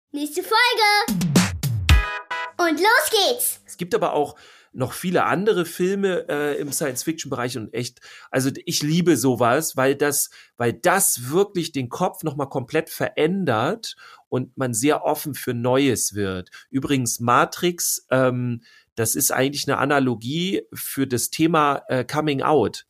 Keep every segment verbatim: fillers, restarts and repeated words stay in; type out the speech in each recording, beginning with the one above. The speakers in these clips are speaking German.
Nächste Folge! Und los geht's! Es gibt aber auch noch viele andere Filme äh, im Science-Fiction-Bereich und echt, also ich liebe sowas, weil das, weil das wirklich den Kopf nochmal komplett verändert und man sehr offen für Neues wird. Übrigens Matrix, ähm, das ist eigentlich eine Analogie für das Thema äh, Coming Out.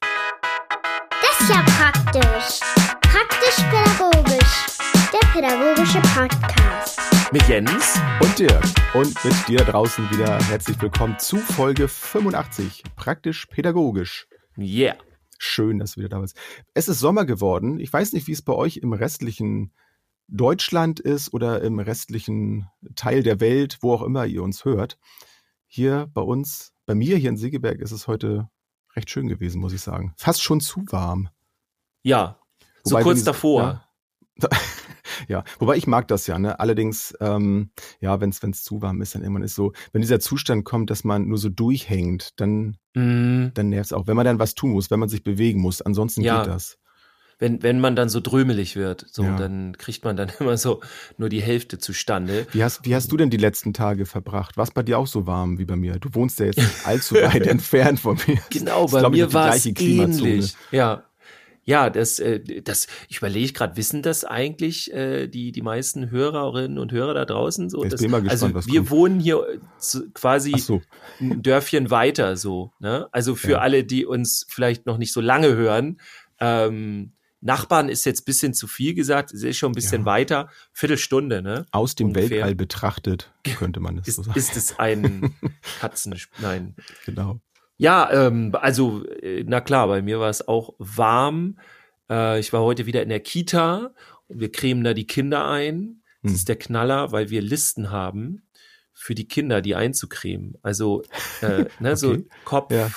Das ist ja praktisch. Praktisch-pädagogisch. Der pädagogische Podcast. Mit Jens und Dirk. Und mit dir draußen wieder herzlich willkommen zu Folge fünfundachtzig. Praktisch-pädagogisch. Yeah. Schön, dass du wieder da bist. Es ist Sommer geworden. Ich weiß nicht, wie es bei euch im restlichen Deutschland ist oder im restlichen Teil der Welt, wo auch immer ihr uns hört. Hier bei uns, bei mir hier in Segeberg ist es heute recht schön gewesen, muss ich sagen. Fast schon zu warm. Ja, so Wobei kurz die, davor. Ja, ja, wobei ich mag das ja, ne? Allerdings, ähm, ja, wenn es zu warm ist, dann irgendwann ist so, wenn dieser Zustand kommt, dass man nur so durchhängt, dann, mm. dann nervt es auch. Wenn man dann was tun muss, wenn man sich bewegen muss, ansonsten ja. geht das. Wenn, wenn man dann so drömelig wird, so, ja. dann kriegt man dann immer so nur die Hälfte zustande. Wie hast, wie hast du denn die letzten Tage verbracht? War es bei dir auch so warm wie bei mir? Du wohnst ja jetzt nicht allzu weit entfernt von mir. Genau, das bei ist, mir war es ähnlich. Ja, ja, das, äh, das, ich überlege gerade, wissen das eigentlich äh, die die meisten Hörerinnen und Hörer da draußen so? Ich Das, bin mal gespannt, also was wir kommt. wohnen hier zu, quasi Ach so. ein Dörfchen weiter, so. Ne? Also für Ja. alle, die uns vielleicht noch nicht so lange hören. Ähm, Nachbarn ist jetzt ein bisschen zu viel gesagt, es ist schon ein bisschen Ja. weiter, Viertelstunde, ne? Aus dem Ungefähr. Weltall betrachtet, könnte man das Ist, so sagen. ist es ein Katzen... Nein. Genau. Ja, ähm, also, äh, na klar, bei mir war es auch warm. Äh, ich war heute wieder in der Kita und wir cremen da die Kinder ein. Das Hm. ist der Knaller, weil wir Listen haben für die Kinder, die einzucremen. Also, äh, ne, so Okay. Kopf... Ja.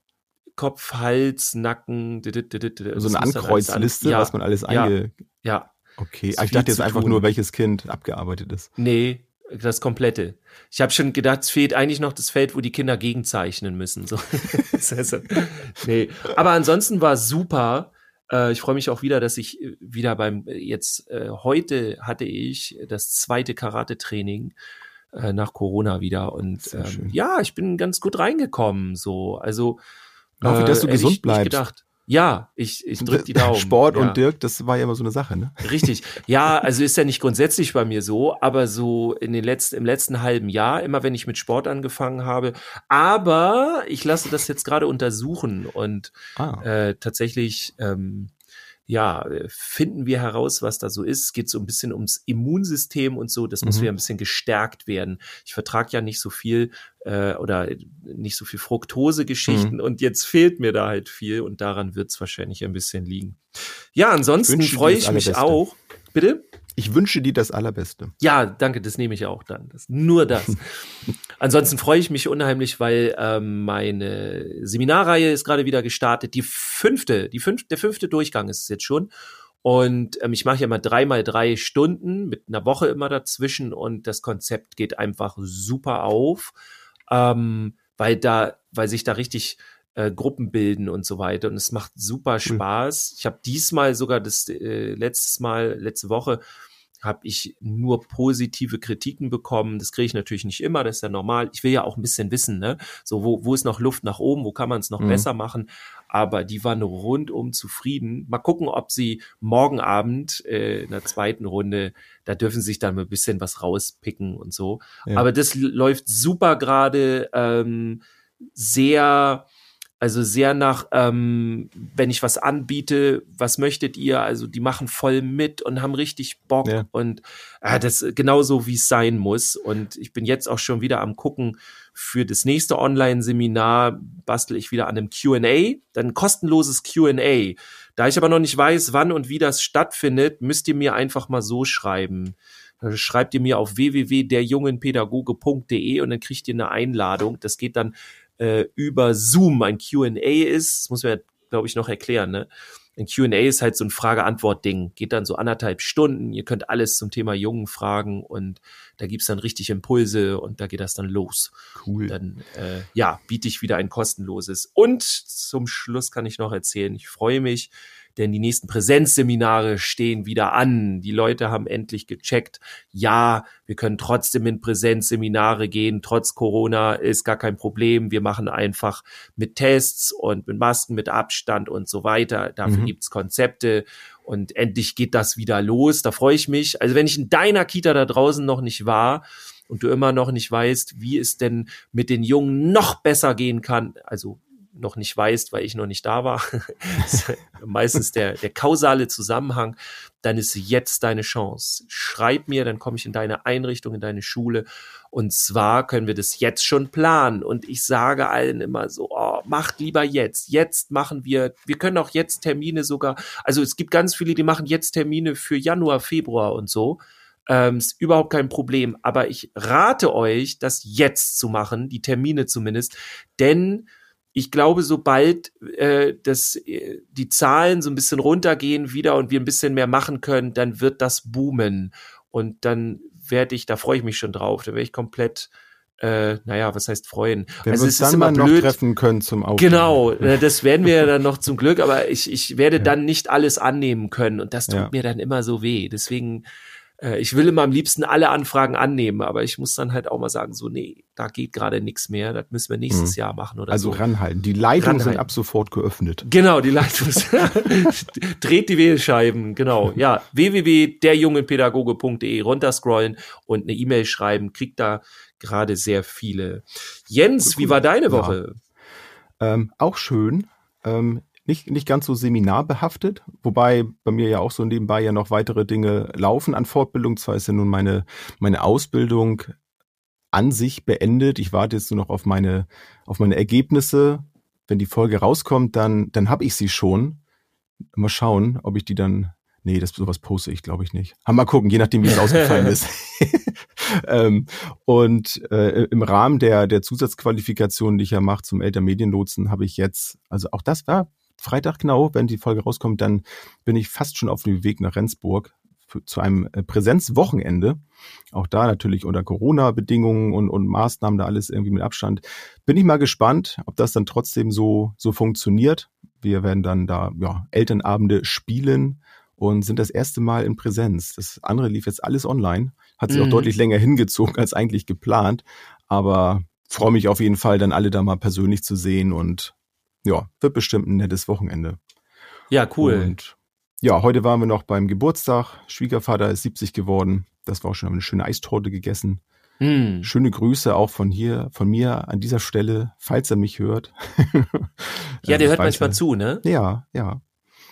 Kopf, Hals, Nacken, dit, dit, dit, dit. So eine Das muss dann alles Ankreuzliste, an- ja, was man alles ja, einge... ja, Okay, ist ah, ich viel dachte jetzt zu einfach tun. nur, welches Kind abgearbeitet ist. Nee, das Komplette. Ich habe schon gedacht, es fehlt eigentlich noch das Feld, wo die Kinder gegenzeichnen müssen. So. Das heißt, nee. Aber ansonsten war es super. Äh, ich freue mich auch wieder, dass ich äh, wieder beim, äh, jetzt äh, heute hatte ich das zweite Karate-Training äh, nach Corona wieder. Und Sehr ähm, schön. ja, ich bin ganz gut reingekommen. So, also Hoffe, dass du hätte gesund ich nicht bleibst. gedacht. Ja, ich, ich drück die Daumen. Sport ja. und Dirk, das war ja immer so eine Sache, ne? Richtig. Ja, also ist ja nicht grundsätzlich bei mir so, aber so in den letzten, im letzten halben Jahr, immer wenn ich mit Sport angefangen habe. Aber ich lasse das jetzt gerade untersuchen und Ah, äh, tatsächlich, ähm, ja, finden wir heraus, was da so ist. Es geht so ein bisschen ums Immunsystem und so. Das muss Mhm. wieder ein bisschen gestärkt werden. Ich vertrage ja nicht so viel äh, oder nicht so viel Fructose-Geschichten Mhm. und jetzt fehlt mir da halt viel und daran wird es wahrscheinlich ein bisschen liegen. Ja, ansonsten wünsche dir freue das ich mich Allerbeste. auch. Bitte? ich wünsche dir das Allerbeste. Ja, danke, das nehme ich auch dann. Das, nur das. Ansonsten freue ich mich unheimlich, weil ähm, meine Seminarreihe ist gerade wieder gestartet. Die fünfte, die fünf, der fünfte Durchgang ist es jetzt schon. Und ähm, ich mache ja mal drei mal drei Stunden mit einer Woche immer dazwischen und das Konzept geht einfach super auf, ähm, weil da, weil sich da richtig äh, Gruppen bilden und so weiter und es macht super Spaß. Ich habe diesmal sogar das äh, letztes Mal, letzte Woche habe ich nur positive Kritiken bekommen. Das kriege ich natürlich nicht immer, das ist ja normal. Ich will ja auch ein bisschen wissen, ne? So, wo, wo ist noch Luft nach oben, wo kann man es noch Mhm. besser machen? Aber die waren rundum zufrieden. Mal gucken, ob sie morgen Abend äh, in der zweiten Runde, da dürfen sie sich dann ein bisschen was rauspicken und so. Ja. Aber das l- läuft super gerade, ähm, sehr, also sehr nach, ähm, wenn ich was anbiete, was möchtet ihr? Also die machen voll mit und haben richtig Bock Ja. und äh, das ist genauso, wie es sein muss. Und ich bin jetzt auch schon wieder am gucken für das nächste Online-Seminar, bastel ich wieder an einem Q and A, dann ein kostenloses Q and A. Da ich aber noch nicht weiß, wann und wie das stattfindet, müsst ihr mir einfach mal so schreiben. Da schreibt ihr mir auf w w w punkt der jungen pädagoge punkt d e und dann kriegt ihr eine Einladung. Das geht dann äh, über Zoom. Ein Q and A ist, das muss man ja, glaube ich, noch erklären, ne? Ein Q and A ist halt so ein Frage-Antwort-Ding. Geht dann so anderthalb Stunden. Ihr könnt alles zum Thema Jungen fragen und da gibt's dann richtig Impulse und da geht das dann los. Cool. Dann, äh, ja, biete ich wieder ein kostenloses. Und zum Schluss kann ich noch erzählen, ich freue mich, denn die nächsten Präsenzseminare stehen wieder an. Die Leute haben endlich gecheckt, ja, wir können trotzdem in Präsenzseminare gehen, trotz Corona ist gar kein Problem. Wir machen einfach mit Tests und mit Masken, mit Abstand und so weiter. Dafür mhm. gibt's Konzepte und endlich geht das wieder los. Da freue ich mich. Also wenn ich in deiner Kita da draußen noch nicht war und du immer noch nicht weißt, wie es denn mit den Jungen noch besser gehen kann, also noch nicht weißt, weil ich noch nicht da war, meistens der, der kausale Zusammenhang, dann ist jetzt deine Chance. Schreib mir, dann komme ich in deine Einrichtung, in deine Schule und zwar können wir das jetzt schon planen und ich sage allen immer so, oh, macht lieber jetzt, jetzt machen wir, wir können auch jetzt Termine sogar, also es gibt ganz viele, die machen jetzt Termine für Januar, Februar und so, ähm, ist überhaupt kein Problem, aber ich rate euch, das jetzt zu machen, die Termine zumindest, denn ich glaube, sobald äh, das, äh, die Zahlen so ein bisschen runtergehen wieder und wir ein bisschen mehr machen können, dann wird das boomen. Und dann werde ich, da freue ich mich schon drauf, da werde ich komplett, äh, naja, was heißt freuen? Wenn also wir uns es ist dann immer mal blöd. noch treffen können zum Aufnehmen. Genau, äh, das werden wir ja dann noch zum Glück, aber ich, ich werde ja. dann nicht alles annehmen können und das tut ja. mir dann immer so weh. Deswegen ich will immer am liebsten alle Anfragen annehmen, aber ich muss dann halt auch mal sagen, so, nee, da geht gerade nichts mehr, das müssen wir nächstes mhm. Jahr machen oder also so. Also ranhalten. Die Leitungen ranhalten. sind ab sofort geöffnet. Genau, die Leitung dreht die Wählscheiben, genau. Ja, w w w punkt der jungenpädagoge punkt de runterscrollen und eine E-Mail schreiben, kriegt da gerade sehr viele. Jens, cool, wie war deine Woche? Ja. Ähm, auch schön. Ähm, Nicht, nicht ganz so seminarbehaftet, wobei bei mir ja auch so nebenbei ja noch weitere Dinge laufen an Fortbildung. Zwar ist ja nun meine, meine Ausbildung an sich beendet. Ich warte jetzt nur noch auf meine, auf meine Ergebnisse. Wenn die Folge rauskommt, dann, dann habe ich sie schon. Mal schauen, ob ich die dann, nee, das sowas poste ich, glaube ich nicht. Aber mal gucken, je nachdem, wie es ausgefallen ist. ähm, und äh, im Rahmen der, der Zusatzqualifikation, die ich ja mache zum Elternmedienlotsen, habe ich jetzt, also auch das war Freitag genau, wenn die Folge rauskommt, dann bin ich fast schon auf dem Weg nach Rendsburg für, zu einem Präsenzwochenende. Auch da natürlich unter Corona-Bedingungen und, und Maßnahmen, da alles irgendwie mit Abstand. Bin ich mal gespannt, ob das dann trotzdem so, so funktioniert. Wir werden dann da ja, Elternabende spielen und sind das erste Mal in Präsenz. Das andere lief jetzt alles online, hat sich mhm. auch deutlich länger hingezogen als eigentlich geplant. Aber freue mich auf jeden Fall, dann alle da mal persönlich zu sehen und ja, wird bestimmt ein nettes Wochenende. Ja, cool. Und ja, heute waren wir noch beim Geburtstag. Schwiegervater ist siebzig geworden. Das war auch schon eine schöne Eistorte gegessen. Mm. Schöne Grüße auch von hier, von mir an dieser Stelle, falls er mich hört. Ja, der hört manchmal zu, ne? Ja, ja.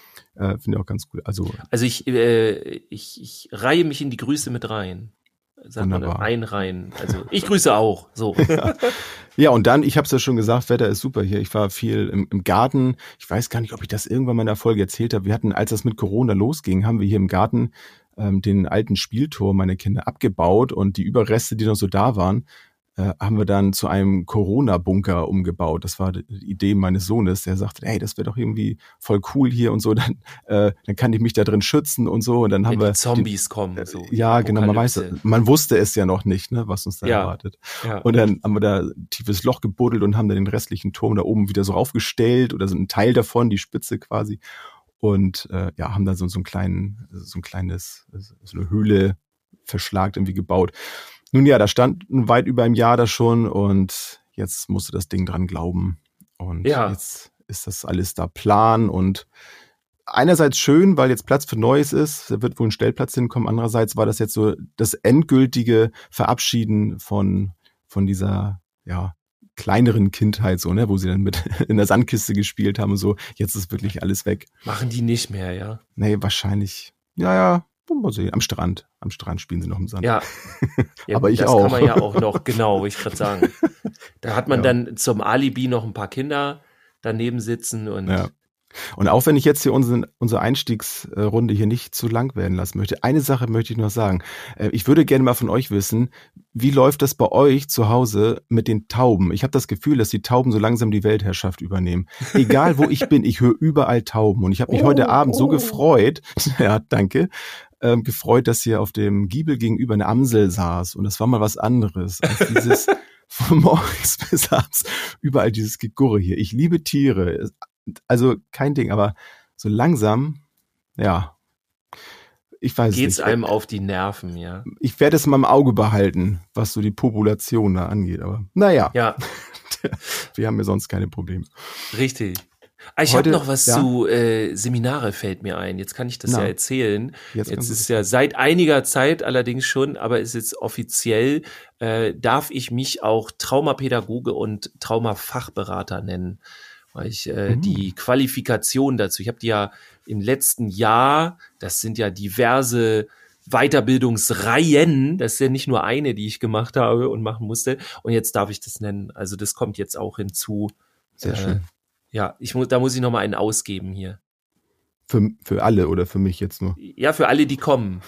Äh, finde ich auch ganz cool. Also, also ich, äh, ich, ich reihe mich in die Grüße mit rein. Sagt man dann einreihen. Also ich grüße auch. So. Ja. Ja, und dann, ich habe es ja schon gesagt, Wetter ist super hier. Ich war viel im, im Garten. Ich weiß gar nicht, ob ich das irgendwann mal in der Folge erzählt habe. Wir hatten, als das mit Corona losging, haben wir hier im Garten ähm, den alten Spielturm meiner Kinder abgebaut und die Überreste, die noch so da waren, äh, haben wir dann zu einem Corona-Bunker umgebaut. Das war die Idee meines Sohnes, der sagte, hey, das wäre doch irgendwie voll cool hier und so, dann, äh, dann kann ich mich da drin schützen und so. Und dann Wenn haben wir die Zombies die, kommen. So ja, genau, man weiß, man wusste es ja noch nicht, ne, was uns da ja. erwartet. Ja. Und dann haben wir da ein tiefes Loch gebuddelt und haben dann den restlichen Turm da oben wieder so raufgestellt oder so ein Teil davon, die Spitze quasi. Und äh, ja, haben da so, so einen kleinen, so ein kleines, so eine Höhle verschlagt irgendwie gebaut. Nun ja, da stand weit über ein Jahr das schon und jetzt musste das Ding dran glauben. Und ja. jetzt ist das alles da plan und einerseits schön, weil jetzt Platz für Neues ist, da wird wohl ein Stellplatz hinkommen. Andererseits war das jetzt so das endgültige Verabschieden von, von dieser, ja, kleineren Kindheit, so, ne, wo sie dann mit in der Sandkiste gespielt haben und so. Jetzt ist wirklich alles weg. Machen die nicht mehr, ja? Nee, wahrscheinlich. Ja, ja. Mal sehen. Am Strand. Am Strand spielen sie noch im Sand. Ja. ja aber ich das auch. Das kann man ja auch noch, genau, wollte ich gerade sagen. Da hat man ja. dann zum Alibi noch ein paar Kinder daneben sitzen und ja. Und auch wenn ich jetzt hier unsere, unsere Einstiegsrunde hier nicht zu lang werden lassen möchte, eine Sache möchte ich noch sagen. Ich würde gerne mal von euch wissen, wie läuft das bei euch zu Hause mit den Tauben? Ich habe das Gefühl, dass die Tauben so langsam die Weltherrschaft übernehmen. Egal wo ich bin, ich höre überall Tauben. Und ich habe mich oh, heute Abend oh. so gefreut, ja, danke, ähm, gefreut, dass hier auf dem Giebel gegenüber eine Amsel saß. Und das war mal was anderes als dieses von morgens bis abends überall dieses Gegurre hier. Ich liebe Tiere. Also kein Ding, aber so langsam, ja, ich weiß Geht's nicht. einem auf die Nerven, ja. Ich werde es mal im Auge behalten, was so die Population da angeht. Aber naja, Ja, wir haben ja sonst keine Probleme. richtig. Ah, Ich Heute- habe noch was ja. zu äh, Seminare, fällt mir ein. Jetzt kann ich das Na, ja erzählen. jetzt Jetzt kannst du ist das- ja seit einiger Zeit allerdings schon, aber ist jetzt offiziell, äh, darf ich mich auch Traumapädagoge und Traumafachberater nennen. Weil ich äh, Mhm. die Qualifikation dazu, ich habe die ja im letzten Jahr, das sind ja diverse Weiterbildungsreihen, das ist ja nicht nur eine, die ich gemacht habe und machen musste. Und jetzt darf ich das nennen. Also das kommt jetzt auch hinzu. Sehr Äh, schön. Ja, ich muss, da muss ich noch mal einen ausgeben hier. Für, für alle oder für mich jetzt nur. Ja, für alle, die kommen.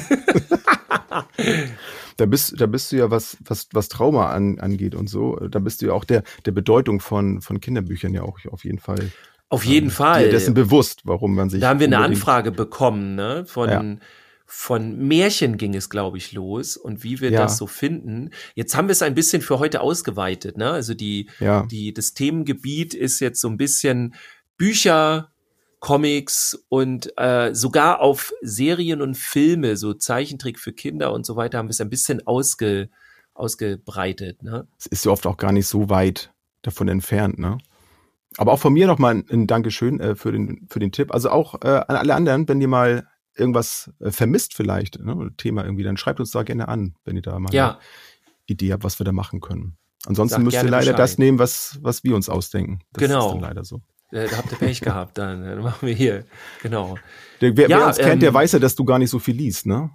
Da bist, da bist du ja, was, was, was Trauma an, angeht und so, da bist du ja auch der, der Bedeutung von, von Kinderbüchern ja auch auf jeden Fall. Auf jeden ähm, Fall. dir dessen bewusst, warum man sich. Da haben wir eine unbedingt- Anfrage bekommen, ne? Von, Ja. von Märchen ging es, glaube ich, los und wie wir Ja. das so finden. Jetzt haben wir es ein bisschen für heute ausgeweitet, ne? Also die, Ja. die, das Themengebiet ist jetzt so ein bisschen Bücher, Comics und äh, sogar auf Serien und Filme, so Zeichentrick für Kinder und so weiter, haben wir es ein bisschen ausge, ausgebreitet, ne? Es ist ja oft auch gar nicht so weit davon entfernt, ne? Aber auch von mir nochmal ein, ein Dankeschön äh, für den, für den Tipp. Also auch äh, an alle anderen, wenn ihr mal irgendwas äh, vermisst vielleicht, ne, oder Thema irgendwie, dann schreibt uns da gerne an, wenn ihr da mal Ja. eine Idee habt, was wir da machen können. Ansonsten Sagt müsst ihr gerne leider Bescheid. das nehmen, was, was wir uns ausdenken. Das Genau. ist dann leider so. Äh, Da habt ihr Pech gehabt, dann, dann machen wir hier, genau. Der, wer, Ja, wer uns kennt, ähm, der weiß ja, dass du gar nicht so viel liest, ne?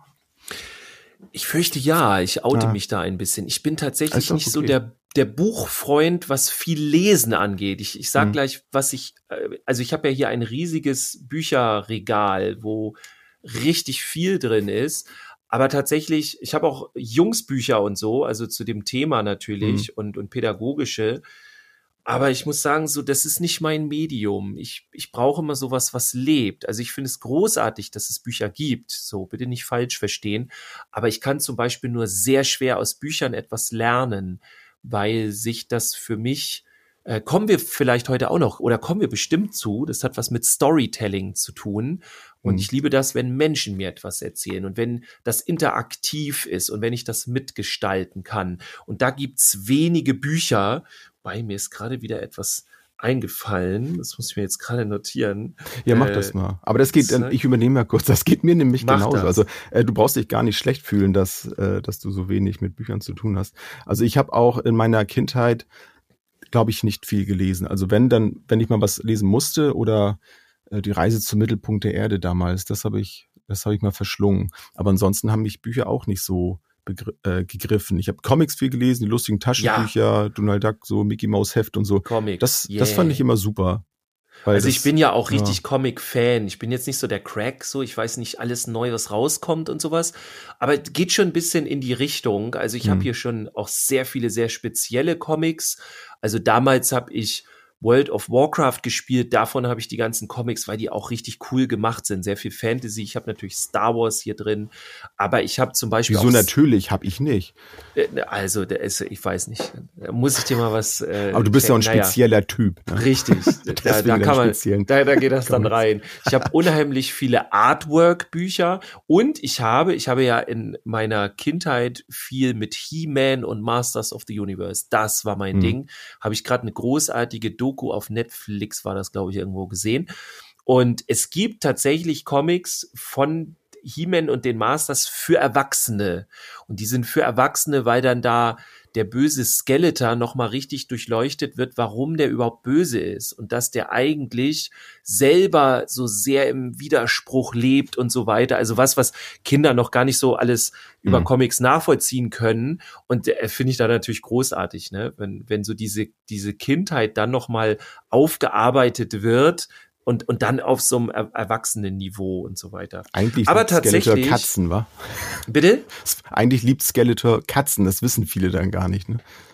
Ich fürchte ja, ich oute Ah. mich da ein bisschen. Ich bin tatsächlich Ist doch nicht so okay. der, der Buchfreund, was viel Lesen angeht. Ich, ich sag Mhm. gleich, was ich, äh, also ich habe ja hier ein riesiges Bücherregal, wo richtig viel drin ist. Aber tatsächlich, ich habe auch Jungsbücher und so, also zu dem Thema natürlich Mhm. und, und pädagogische. Aber ich muss sagen, so, das ist nicht mein Medium. Ich, ich brauche immer sowas, was lebt. Also ich finde es großartig, dass es Bücher gibt. So, bitte nicht falsch verstehen. Aber ich kann zum Beispiel nur sehr schwer aus Büchern etwas lernen, weil sich das für mich, äh, kommen wir vielleicht heute auch noch, oder kommen wir bestimmt zu, das hat was mit Storytelling zu tun. Und Mhm. ich liebe das, wenn Menschen mir etwas erzählen und wenn das interaktiv ist und wenn ich das mitgestalten kann. Und da gibt's wenige Bücher, bei mir ist gerade wieder etwas eingefallen, das muss ich mir jetzt gerade notieren. Ja, mach Äh, das mal. Aber das geht, das, äh, ne? ich übernehme mal kurz, das geht mir nämlich Mach genauso. das. Also äh, du brauchst dich gar nicht schlecht fühlen, dass, äh, dass du so wenig mit Büchern zu tun hast. Also ich habe auch in meiner Kindheit, glaube ich, nicht viel gelesen. Also wenn dann, wenn ich mal was lesen musste oder äh, die Reise zum Mittelpunkt der Erde damals, das habe ich, das habe ich mal verschlungen. Aber ansonsten haben mich Bücher auch nicht so begr- äh, gegriffen. Ich habe Comics viel gelesen, die lustigen Taschenbücher, Donald Duck, so Mickey Mouse Heft und so. Comics. Das, yeah. das fand ich immer super. Weil Also das, ich bin ja auch ja. richtig Comic-Fan. Ich bin jetzt nicht so der Crack, so ich weiß nicht alles neu, was rauskommt und sowas. Aber es geht schon ein bisschen in die Richtung. Also ich Mhm. habe hier schon auch sehr viele sehr spezielle Comics. Also damals habe ich World of Warcraft gespielt. Davon habe ich die ganzen Comics, weil die auch richtig cool gemacht sind. Sehr viel Fantasy. Ich habe natürlich Star Wars hier drin. Aber ich habe zum Beispiel Wieso auch natürlich? Hab ich nicht. Äh, Also, der ist, ich weiß nicht. Da muss ich dir mal was. Äh, Aber du bist ja auch ein checken. Naja. spezieller Typ. Ne? Richtig, da, Deswegen da deinen kann man, speziellen da, da geht das dann Comics. rein. Ich habe unheimlich viele Artwork-Bücher und ich habe, ich habe ja in meiner Kindheit viel mit He-Man und Masters of the Universe. Das war mein Mhm. Ding. Habe ich gerade eine großartige Doku auf Netflix, war das glaube ich irgendwo gesehen. Und es gibt tatsächlich Comics von He-Man und den Masters für Erwachsene. Und die sind für Erwachsene, weil dann da der böse Skeletor nochmal richtig durchleuchtet wird, warum der überhaupt böse ist und dass der eigentlich selber so sehr im Widerspruch lebt und so weiter. Also was, was Kinder noch gar nicht so alles über Mhm. Comics nachvollziehen können. Und äh, finde ich da natürlich großartig, ne? Wenn, wenn so diese, diese Kindheit dann nochmal aufgearbeitet wird, und, und dann auf so einem er erwachsenen Niveau und so weiter. Eigentlich Aber liebt Skeletor tatsächlich- Katzen, wa? Bitte? Eigentlich liebt Skeletor Katzen, das wissen viele dann gar nicht. Ne?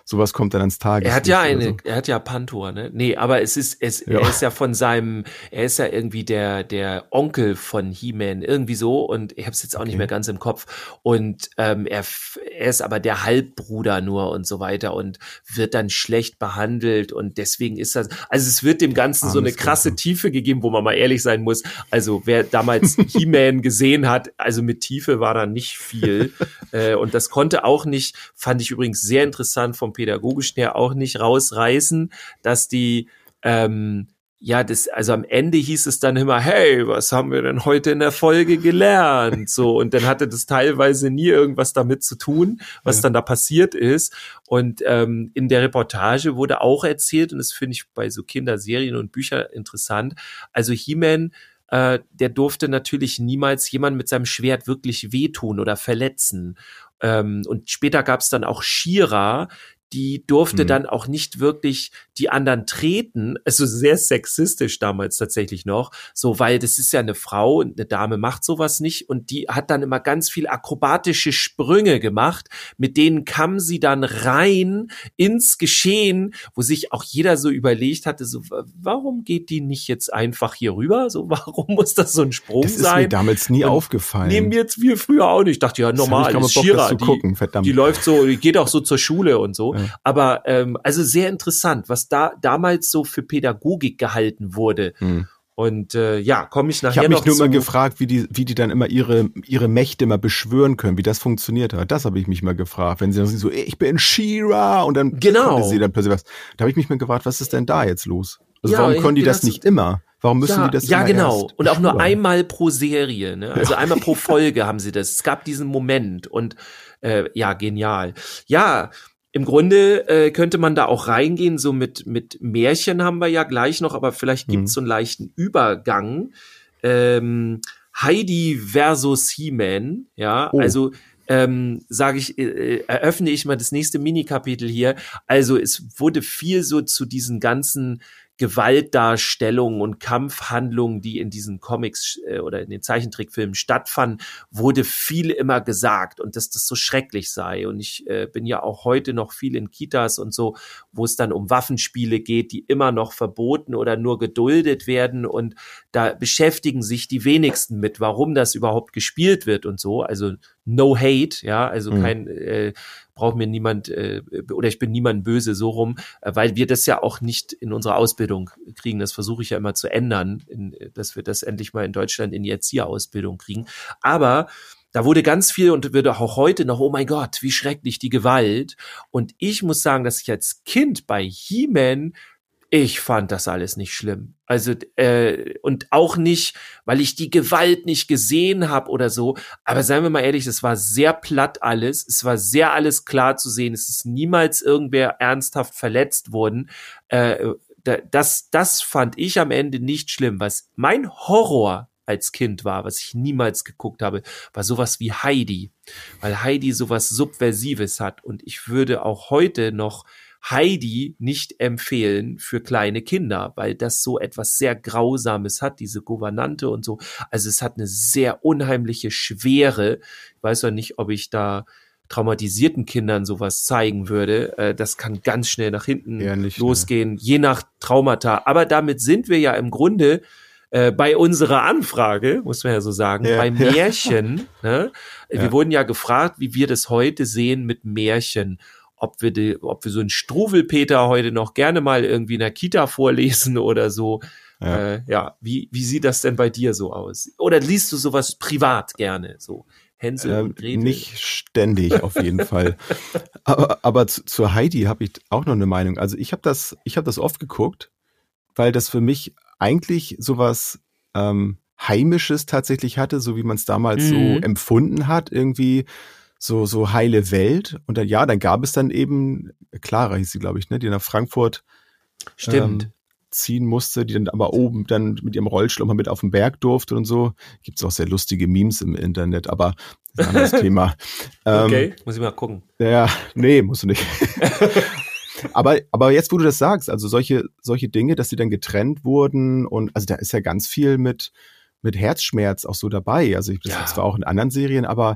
sowas kommt dann ans Tageslicht. Er hat ja eine, so. er hat ja Pantor, ne? Nee, aber es ist, es, Ja. er ist ja von seinem, er ist ja irgendwie der, der Onkel von He-Man, irgendwie so, und ich hab's jetzt auch Okay. nicht mehr ganz im Kopf. Und ähm, er, er ist aber der Halbbruder nur und so weiter und wird dann schlecht behandelt und deswegen ist das, also es wird dem Ganzen so eine Armes krasse Kind. Tiefe gegeben, wo man mal ehrlich sein muss. Also wer damals He-Man gesehen hat, also mit Tiefe war da nicht viel. äh, und das konnte auch nicht, fand ich übrigens sehr interessant vom Pädagogischen her, auch nicht rausreißen, dass die, ähm, ja, das, also am Ende hieß es dann immer, hey, was haben wir denn heute in der Folge gelernt? So, und dann hatte das teilweise nie irgendwas damit zu tun, was Ja. dann da passiert ist. Und ähm, in der Reportage wurde auch erzählt, und das finde ich bei so Kinderserien und Büchern interessant, also He-Man, äh, der durfte natürlich niemals jemand mit seinem Schwert wirklich wehtun oder verletzen. Ähm, und später gab es dann auch She-Ra, die durfte Mhm. dann auch nicht wirklich die anderen treten, also sehr sexistisch damals tatsächlich noch, so, weil das ist ja eine Frau und eine Dame macht sowas nicht und die hat dann immer ganz viel akrobatische Sprünge gemacht, mit denen kam sie dann rein ins Geschehen, wo sich auch jeder so überlegt hatte, so, warum geht die nicht jetzt einfach hier rüber, so, warum muss das so ein Sprung Das ist sein? mir damals nie Und aufgefallen. Nehmen wir jetzt wir früher auch nicht. Ich dachte, ja, Das hab normal, ich gar ist mal Bock, She-Ra, das zu die, gucken, verdammt. die läuft so, die geht auch so zur Schule und so. Ja. Aber ähm, also sehr interessant, was da damals so für Pädagogik gehalten wurde. Hm. Und äh, ja, komme ich Ich nachher habe mich noch nur zu. immer gefragt, wie die, wie die dann immer ihre, ihre Mächte immer beschwören können, wie das funktioniert hat. Das habe ich mich mal gefragt. Wenn sie dann so, ich bin She-Ra und dann Genau. konnte sie dann plötzlich was. Da habe ich mich mal gefragt, was ist denn da jetzt los? Also Ja, warum ich können die hab das gedacht, nicht immer? Warum müssen ja, die das ja, immer genau. erst Und auch nur beschwören? einmal pro Serie, ne? Also einmal pro Folge haben sie das. Es gab diesen Moment und äh, ja, genial. Ja, im Grunde äh, könnte man da auch reingehen, so mit mit Märchen haben wir ja gleich noch, aber vielleicht Mhm. gibt's so einen leichten Übergang. Ähm, Heidi versus He-Man, ja, Oh. also ähm, sage ich, äh, eröffne ich mal das nächste Minikapitel hier. Also es wurde viel so zu diesen ganzen Gewaltdarstellungen und Kampfhandlungen, die in diesen Comics äh, oder in den Zeichentrickfilmen stattfanden, wurde viel immer gesagt und dass das so schrecklich sei. Und ich äh, bin ja auch heute noch viel in Kitas und so, wo es dann um Waffenspiele geht, die immer noch verboten oder nur geduldet werden. Und da beschäftigen sich die wenigsten mit, warum das überhaupt gespielt wird und so. Also no hate, ja, also Mhm. kein äh, braucht mir niemand äh, oder ich bin niemand böse so rum, äh, weil wir das ja auch nicht in unserer Ausbildung kriegen. Das versuche ich ja immer zu ändern, in, dass wir das endlich mal in Deutschland in die Erzieherausbildung kriegen. Aber da wurde ganz viel und wird auch heute noch, oh mein Gott, wie schrecklich die Gewalt. Und ich muss sagen, dass ich als Kind bei He-Man ich fand das alles nicht schlimm. Also äh, und auch nicht, weil ich die Gewalt nicht gesehen habe oder so. Aber seien wir mal ehrlich, es war sehr platt alles. Es war sehr alles klar zu sehen. Es ist niemals irgendwer ernsthaft verletzt worden. Äh, das, das fand ich am Ende nicht schlimm. Was mein Horror als Kind war, was ich niemals geguckt habe, war sowas wie Heidi. Weil Heidi sowas Subversives hat. Und ich würde auch heute noch Heidi nicht empfehlen für kleine Kinder, weil das so etwas sehr Grausames hat, diese Gouvernante und so. Also es hat eine sehr unheimliche Schwere. Ich weiß ja nicht, ob ich da traumatisierten Kindern sowas zeigen würde. Das kann ganz schnell nach hinten Eher nicht, losgehen, je nach Traumata. Aber damit sind wir ja im Grunde äh, bei unserer Anfrage, muss man ja so sagen, Ja, bei ja. Märchen. Ne? Wir Ja. wurden ja gefragt, wie wir das heute sehen mit Märchen. Ob wir, die, ob wir so einen Struwelpeter heute noch gerne mal irgendwie in der Kita vorlesen oder so. Ja. Äh, ja, wie, wie sieht das denn bei dir so aus? Oder liest du sowas privat gerne? So Hänsel Ähm, und Gretel? nicht ständig auf jeden Fall. Aber, aber zu, zu Heidi habe ich auch noch eine Meinung. Also ich habe das, ich habe das oft geguckt, weil das für mich eigentlich sowas ähm, Heimisches tatsächlich hatte, so wie man es damals Mhm. so empfunden hat, irgendwie so so heile Welt. Und dann ja, dann gab es dann eben Clara hieß sie, glaube ich, ne, die nach Frankfurt Stimmt. ähm, ziehen musste, die dann aber oben dann mit ihrem Rollstuhl mal mit auf den Berg durfte und so. Gibt's auch sehr lustige Memes im Internet, aber das ist ein anderes Thema. Ähm, Okay, muss ich mal gucken. Ja, nee, musst du nicht. aber, aber jetzt, wo du das sagst, also solche, solche Dinge, dass sie dann getrennt wurden und, also da ist ja ganz viel mit, mit Herzschmerz auch so dabei. Also ich, das Ja. zwar auch in anderen Serien, aber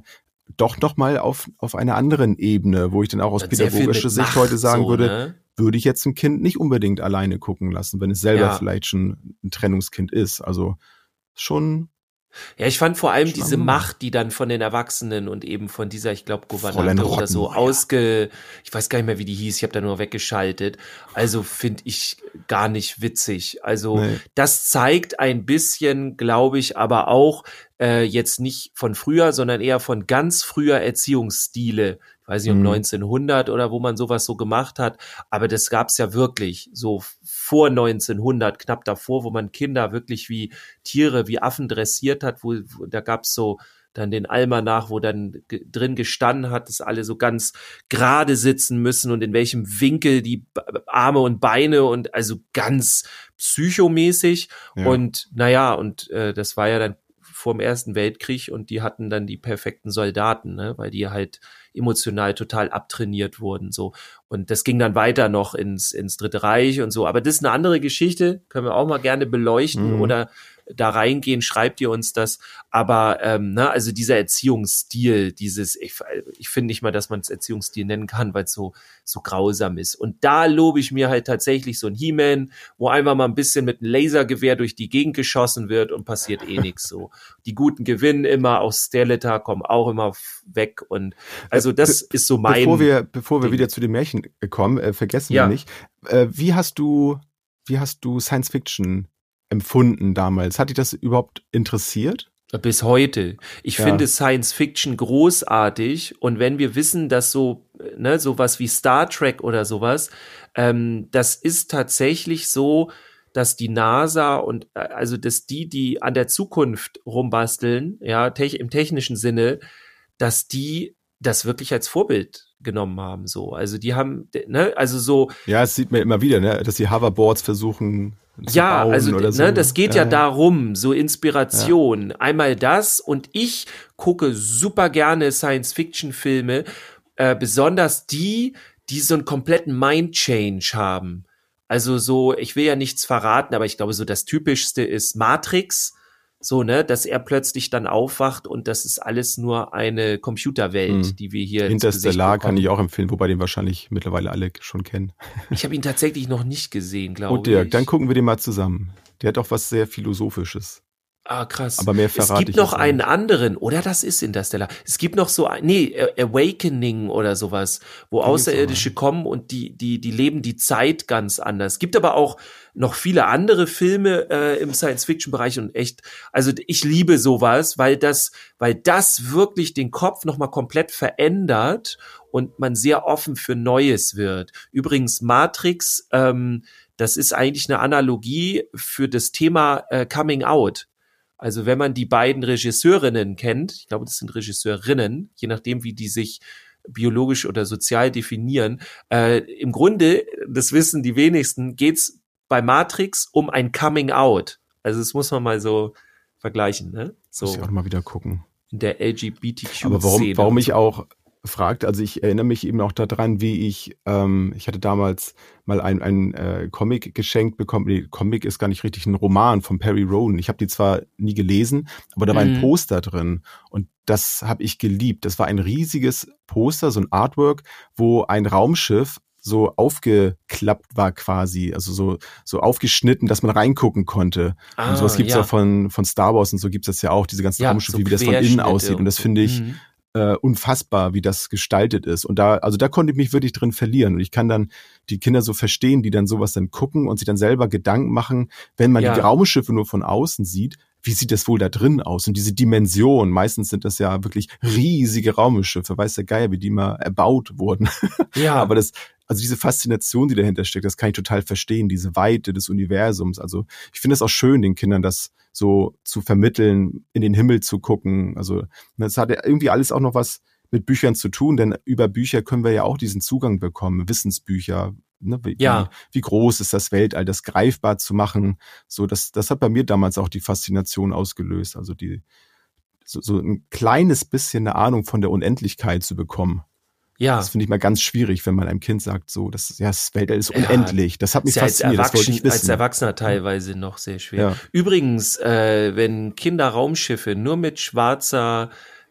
doch noch mal auf, auf einer anderen Ebene, wo ich dann auch aus Und sehr viel pädagogischer mit Sicht Macht heute sagen so, würde, ne? würde ich jetzt ein Kind nicht unbedingt alleine gucken lassen, wenn es selber Ja. vielleicht schon ein Trennungskind ist. Also schon Ja, ich fand vor allem Schlange diese Nummer. Macht, die dann von den Erwachsenen und eben von dieser, ich glaube, Fräulein Gouvernante oder so Rottenmeier. ausge, ich weiß gar nicht mehr, wie die hieß, ich habe da nur weggeschaltet. Also finde ich gar nicht witzig. Also Nee. das zeigt ein bisschen, glaube ich, aber auch äh, jetzt nicht von früher, sondern eher von ganz früher Erziehungsstile. Ich weiß nicht, um Mhm. neunzehnhundert oder wo man sowas so gemacht hat, aber das gab's ja wirklich so vor neunzehnhundert, knapp davor, wo man Kinder wirklich wie Tiere, wie Affen dressiert hat, wo, wo da gab's so dann den Almanach, wo dann ge- drin gestanden hat, dass alle so ganz gerade sitzen müssen und in welchem Winkel die B- Arme und Beine und also ganz psychomäßig. Ja. Und naja, und äh, das war ja dann vor dem Ersten Weltkrieg und die hatten dann die perfekten Soldaten, ne, weil die halt emotional total abtrainiert wurden, so. Und das ging dann weiter noch ins, ins Dritte Reich und so. Aber das ist eine andere Geschichte, können wir auch mal gerne beleuchten Mhm. oder da reingehen, schreibt ihr uns das. Aber, ähm, ne, also dieser Erziehungsstil, dieses, ich, ich finde nicht mal, dass man es Erziehungsstil nennen kann, weil es so, so grausam ist. Und da lobe ich mir halt tatsächlich so ein He-Man, wo einfach mal ein bisschen mit einem Lasergewehr durch die Gegend geschossen wird und passiert eh nichts so. Die Guten gewinnen immer, auch Skeletor kommen auch immer f- weg und also das Be- ist so mein Bevor wir, bevor wir Ding. wieder zu den Märchen kommen, äh, vergessen Ja. wir nicht. Äh, wie hast du, wie hast du Science Fiction empfunden damals? Hat dich das überhaupt interessiert? Bis heute. Ich Ja. finde Science Fiction großartig und wenn wir wissen, dass so, ne, sowas wie Star Trek oder sowas, ähm, das ist tatsächlich so, dass die NASA und äh, also dass die, die an der Zukunft rumbasteln, ja, tech, im technischen Sinne, dass die das wirklich als Vorbild genommen haben, so. Also die haben, ne, also so, Ja, es sieht man immer wieder, ne, dass die Hoverboards versuchen zu ja, bauen also oder ne, so. das geht ja, darum, so Inspiration. Einmal das und ich gucke super gerne Science-Fiction-Filme, äh, besonders die, die so einen kompletten Mind-Change haben. Also so, ich will ja nichts verraten, aber ich glaube, so das Typischste ist Matrix, so, ne, dass er plötzlich dann aufwacht und das ist alles nur eine Computerwelt, Mhm. die wir hier Interstellar kann ich auch. auch empfehlen, wobei den wahrscheinlich mittlerweile alle schon kennen. Ich habe ihn tatsächlich noch nicht gesehen, glaube Oh Dirk, ich. dann gucken wir den mal zusammen. Der hat auch was sehr Philosophisches. Ah, krass. Aber mehr Es verrate gibt ich noch jetzt einen nicht. anderen, oder das ist Interstellar. Es gibt noch so, ein- nee, A- Awakening oder sowas, wo Den gibt's Außerirdische kommen und die, die, die leben die Zeit ganz anders. Es gibt aber auch noch viele andere Filme äh, im Science-Fiction-Bereich und echt, also ich liebe sowas, weil das, weil das wirklich den Kopf nochmal komplett verändert und man sehr offen für Neues wird. Übrigens Matrix, ähm, das ist eigentlich eine Analogie für das Thema äh, Coming Out. Also wenn man die beiden Regisseurinnen kennt, ich glaube, das sind Regisseurinnen, je nachdem, wie die sich biologisch oder sozial definieren, äh, im Grunde, das wissen die wenigsten, geht's bei Matrix um ein Coming Out. Also das muss man mal so vergleichen, ne? So Muss ich auch noch mal wieder gucken. in der L G B T Q-Szene. Aber warum, warum und ich so. auch fragt, also ich erinnere mich eben auch daran, wie ich, ähm, ich hatte damals mal ein, ein äh, Comic geschenkt bekommen. Nee, Comic ist gar nicht richtig, ein Roman von Perry Rowan. Ich habe die zwar nie gelesen, aber da war ein Mhm. Poster drin und das habe ich geliebt. Das war ein riesiges Poster, so ein Artwork, wo ein Raumschiff so aufgeklappt war quasi, also so so aufgeschnitten, dass man reingucken konnte. Ah, und sowas gibt's ja. ja von von Star Wars und so gibt's das ja auch, diese ganzen Ja, Raumschiffe, so wie das von innen Querschnitte aussieht. Und das so. finde ich Mhm. äh, unfassbar, wie das gestaltet ist. Und da, also da konnte ich mich wirklich drin verlieren. Und ich kann dann die Kinder so verstehen, die dann sowas dann gucken und sich dann selber Gedanken machen, wenn man Ja. die Raumschiffe nur von außen sieht, wie sieht das wohl da drin aus? Und diese Dimension, meistens sind das ja wirklich riesige Raumschiffe, weiß der Geier, wie die mal erbaut wurden. Ja, Aber das, also diese Faszination, die dahinter steckt, das kann ich total verstehen, diese Weite des Universums. Also ich finde es auch schön, den Kindern das so zu vermitteln, in den Himmel zu gucken. Also das hat ja irgendwie alles auch noch was mit Büchern zu tun, denn über Bücher können wir ja auch diesen Zugang bekommen, Wissensbücher. Ne? Wie, Ja. wie groß ist das Weltall, das greifbar zu machen. So, das, das hat bei mir damals auch die Faszination ausgelöst. Also die so, so ein kleines bisschen eine Ahnung von der Unendlichkeit zu bekommen. ja. Das finde ich mal ganz schwierig, wenn man einem Kind sagt, so, das, ja, das Weltall ist Ja, unendlich. Das hat mich Ist ja als, fasziniert, das wollte ich Erwachsen, als wissen. Erwachsener teilweise noch sehr schwer. Ja. Übrigens, äh, wenn Kinder Raumschiffe nur mit schwarzer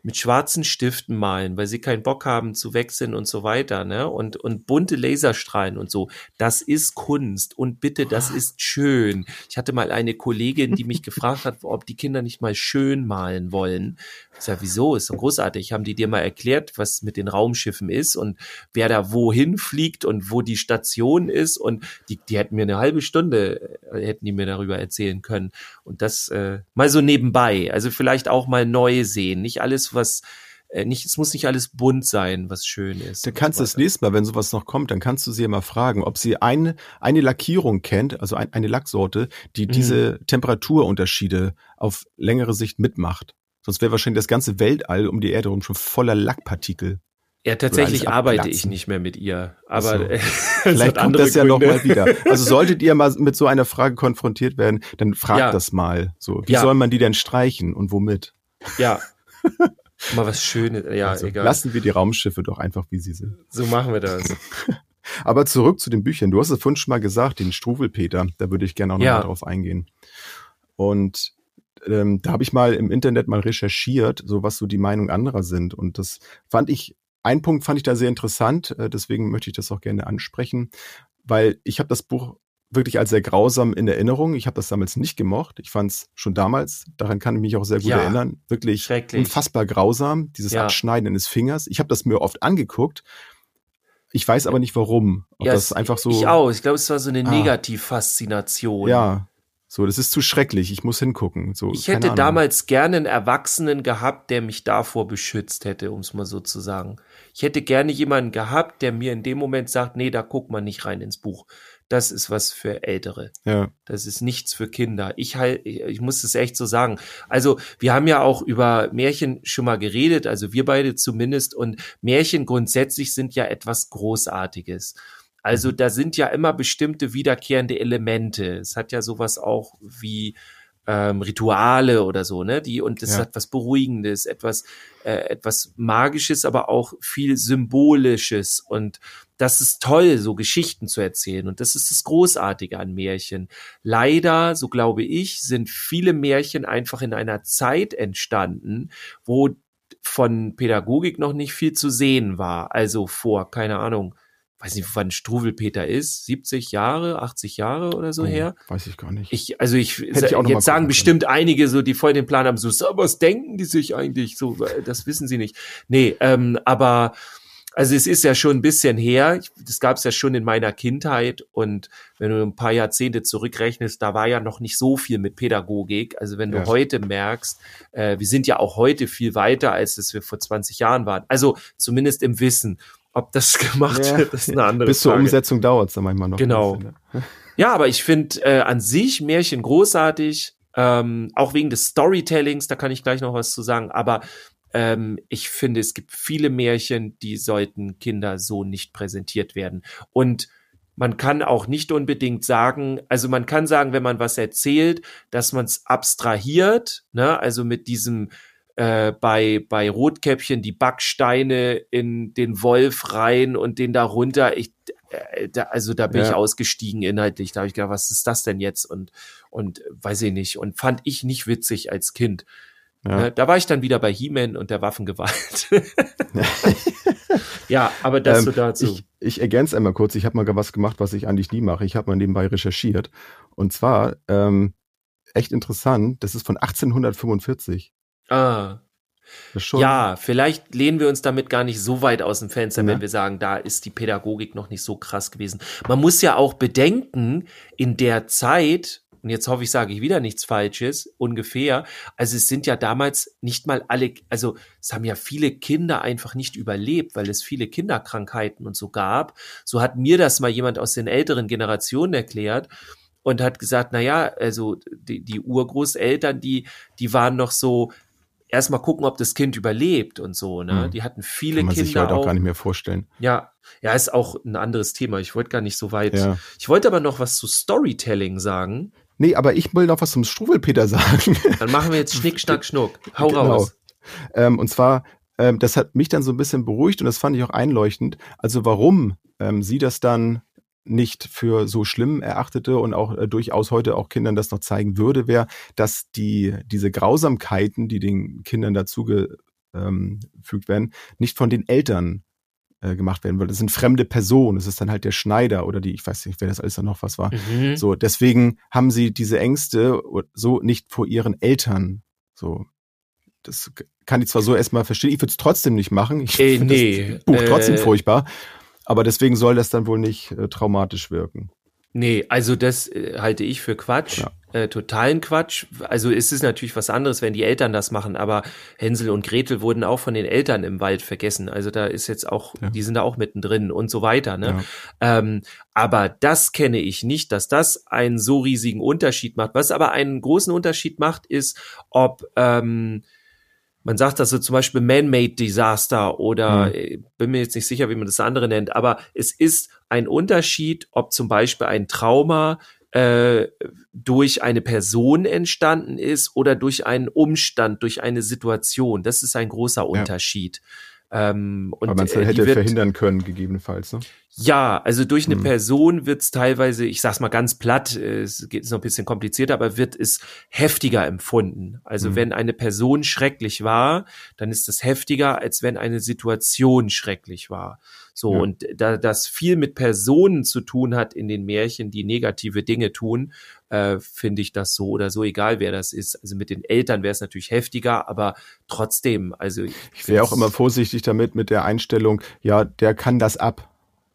mit schwarzen Stiften malen, weil sie keinen Bock haben zu wechseln und so weiter, ne? Und, und bunte Laserstrahlen und so. Das ist Kunst. Und bitte, das ist schön. Ich hatte mal eine Kollegin, die mich gefragt hat, ob die Kinder nicht mal schön malen wollen. Ich sag, wieso? Ist doch großartig. Haben die dir mal erklärt, was mit den Raumschiffen ist und wer da wohin fliegt und wo die Station ist? Und die, die hätten mir eine halbe Stunde, äh, hätten die mir darüber erzählen können. Und das äh, mal so nebenbei. Also vielleicht auch mal neu sehen. Nicht alles, was äh, nicht, es muss nicht alles bunt sein, was schön ist. Du kannst das nächste Mal, wenn sowas noch kommt, dann kannst du sie ja mal fragen, ob sie eine, eine Lackierung kennt, also ein, eine Lacksorte, die mhm. diese Temperaturunterschiede auf längere Sicht mitmacht. Sonst wäre wahrscheinlich das ganze Weltall um die Erde herum schon voller Lackpartikel. Ja, tatsächlich arbeite ich nicht mehr mit ihr. Aber so. Vielleicht kommt das ja noch mal wieder. Also solltet ihr mal mit so einer Frage konfrontiert werden, dann fragt ja. das mal. So, wie ja. soll man die denn streichen und womit? Ja, mal was Schönes. Ja, also egal. Lassen wir die Raumschiffe doch einfach, wie sie sind. So machen wir das. Aber zurück zu den Büchern. Du hast es vorhin schon mal gesagt, den Struwwelpeter. Da würde ich gerne auch noch ja. mal drauf eingehen. Und ähm, da habe ich mal im Internet mal recherchiert, so was so die Meinung anderer sind. Und das fand ich Ein Punkt fand ich da sehr interessant, deswegen möchte ich das auch gerne ansprechen, weil ich habe das Buch wirklich als sehr grausam in Erinnerung. Ich habe das damals nicht gemocht. Ich fand es schon damals, daran kann ich mich auch sehr gut ja, erinnern, wirklich unfassbar grausam, dieses ja. Abschneiden eines Fingers. Ich habe das mir oft angeguckt. Ich weiß aber nicht, warum. Ob ja, das einfach so. Ich auch. Ich glaube, es war so eine ah, Negativfaszination. Ja. So, das ist zu schrecklich, ich muss hingucken. So, ich hätte damals gerne einen Erwachsenen gehabt, der mich davor beschützt hätte, um es mal so zu sagen. Ich hätte gerne jemanden gehabt, der mir in dem Moment sagt, nee, da guckt man nicht rein ins Buch. Das ist was für Ältere. Ja. Das ist nichts für Kinder. Ich halt, ich, ich muss es echt so sagen. Also, wir haben ja auch über Märchen schon mal geredet, also wir beide zumindest, und Märchen grundsätzlich sind ja etwas Großartiges. Also da sind ja immer bestimmte wiederkehrende Elemente. Es hat ja sowas auch wie ähm, Rituale oder so, ne? Die und es ja. hat was Beruhigendes, etwas äh, etwas Magisches, aber auch viel Symbolisches. Und das ist toll, so Geschichten zu erzählen. Und das ist das Großartige an Märchen. Leider, so glaube ich, sind viele Märchen einfach in einer Zeit entstanden, wo von Pädagogik noch nicht viel zu sehen war. Also vor, keine Ahnung, weiß nicht, wann Struwwelpeter ist, siebzig Jahre, achtzig Jahre oder so oh, her. Weiß ich gar nicht. Ich, also ich, ich jetzt sagen bestimmt können. einige so, die voll den Plan haben, so, was denken die sich eigentlich? So, das wissen sie nicht. Nee, ähm, aber, also es ist ja schon ein bisschen her. Das gab es ja schon in meiner Kindheit. Und wenn du ein paar Jahrzehnte zurückrechnest, da war ja noch nicht so viel mit Pädagogik. Also wenn du ja. heute merkst, äh, wir sind ja auch heute viel weiter, als es wir vor zwanzig Jahren waren. Also zumindest im Wissen. Ob das gemacht ja. wird, ist eine andere Bis Frage. Bis zur Umsetzung dauert es dann manchmal noch. Genau. Ein bisschen, ne? Ja, aber ich finde äh, an sich Märchen großartig, ähm, auch wegen des Storytellings, da kann ich gleich noch was zu sagen, aber ähm, ich finde, es gibt viele Märchen, die sollten Kinder so nicht präsentiert werden. Und man kann auch nicht unbedingt sagen, also man kann sagen, wenn man was erzählt, dass man es abstrahiert, ne, also mit diesem Äh, bei bei Rotkäppchen die Backsteine in den Wolf rein und den da runter. Ich, äh, da, also da bin ja. ich ausgestiegen inhaltlich. Da habe ich gedacht, was ist das denn jetzt? Und und weiß ich nicht. Und fand ich nicht witzig als Kind. Ja. Äh, da war ich dann wieder bei He-Man und der Waffengewalt. Ja, aber das ähm, so dazu. Ich, ich ergänze einmal kurz. Ich habe mal was gemacht, was ich eigentlich nie mache. Ich habe mal nebenbei recherchiert. Und zwar ähm, echt interessant. Das ist von achtzehnhundertfünfundvierzig. Ah. Ja, vielleicht lehnen wir uns damit gar nicht so weit aus dem Fenster, ja. wenn wir sagen, da ist die Pädagogik noch nicht so krass gewesen. Man muss ja auch bedenken, in der Zeit, und jetzt hoffe ich, sage ich wieder nichts Falsches, ungefähr, also es sind ja damals nicht mal alle, also es haben ja viele Kinder einfach nicht überlebt, weil es viele Kinderkrankheiten und so gab. So hat mir das mal jemand aus den älteren Generationen erklärt. Und hat gesagt, na ja, also die, die Urgroßeltern, die, die waren noch so, erstmal gucken, ob das Kind überlebt und so, ne? Die hatten viele Kinder. Kann man Kinder sich heute auch, auch gar nicht mehr vorstellen. Ja, ja, ist auch ein anderes Thema. Ich wollte gar nicht so weit. Ja. Ich wollte aber noch was zu Storytelling sagen. Nee, aber ich will noch was zum Struwwelpeter sagen. Dann machen wir jetzt Schnick, Schnack, Schnuck. Hau genau. raus. Ähm, und zwar, ähm, das hat mich dann so ein bisschen beruhigt und das fand ich auch einleuchtend. Also warum ähm, sie das dann nicht für so schlimm erachtete und auch äh, durchaus heute auch Kindern das noch zeigen würde, wäre, dass die diese Grausamkeiten, die den Kindern dazu ähm, fügt werden, nicht von den Eltern äh, gemacht werden, weil das sind fremde Personen. Es ist dann halt der Schneider oder die, ich weiß nicht, wer das alles dann noch was war. Mhm. So, deswegen haben sie diese Ängste so nicht vor ihren Eltern. So, das kann ich zwar so erstmal verstehen, ich würde es trotzdem nicht machen. Ich Äh, finde nee, das Buch trotzdem äh, furchtbar. Aber deswegen soll das dann wohl nicht äh, traumatisch wirken. Nee, also das äh, halte ich für Quatsch, Ja. äh, totalen Quatsch. Also es ist natürlich was anderes, wenn die Eltern das machen, aber Hänsel und Gretel wurden auch von den Eltern im Wald vergessen. Also da ist jetzt auch, Ja. die sind da auch mittendrin und so weiter, ne? Ja. Ähm, aber das kenne ich nicht, dass das einen so riesigen Unterschied macht. Was aber einen großen Unterschied macht, ist, ob ähm, man sagt das so zum Beispiel Man-Made Disaster oder Mhm. äh, bin mir jetzt nicht sicher, wie man das andere nennt, aber es ist ein Unterschied, ob zum Beispiel ein Trauma äh, durch eine Person entstanden ist oder durch einen Umstand, durch eine Situation. Das ist ein großer Unterschied. Ähm, und Aber man es äh, die hätte wird, verhindern können, gegebenenfalls. Ne? ja, also durch eine Mhm. Person wird es teilweise, ich sag's mal ganz platt, äh, es geht ist noch ein bisschen komplizierter, aber wird es heftiger empfunden. Also Mhm. wenn eine Person schrecklich war, dann ist es heftiger, als wenn eine Situation schrecklich war. So, Ja. und da das viel mit Personen zu tun hat in den Märchen, die negative Dinge tun, äh, finde ich das so oder so, egal wer das ist. Also mit den Eltern wäre es natürlich heftiger, aber trotzdem, also Ich wäre auch immer vorsichtig damit, mit der Einstellung, ja, der kann das ab.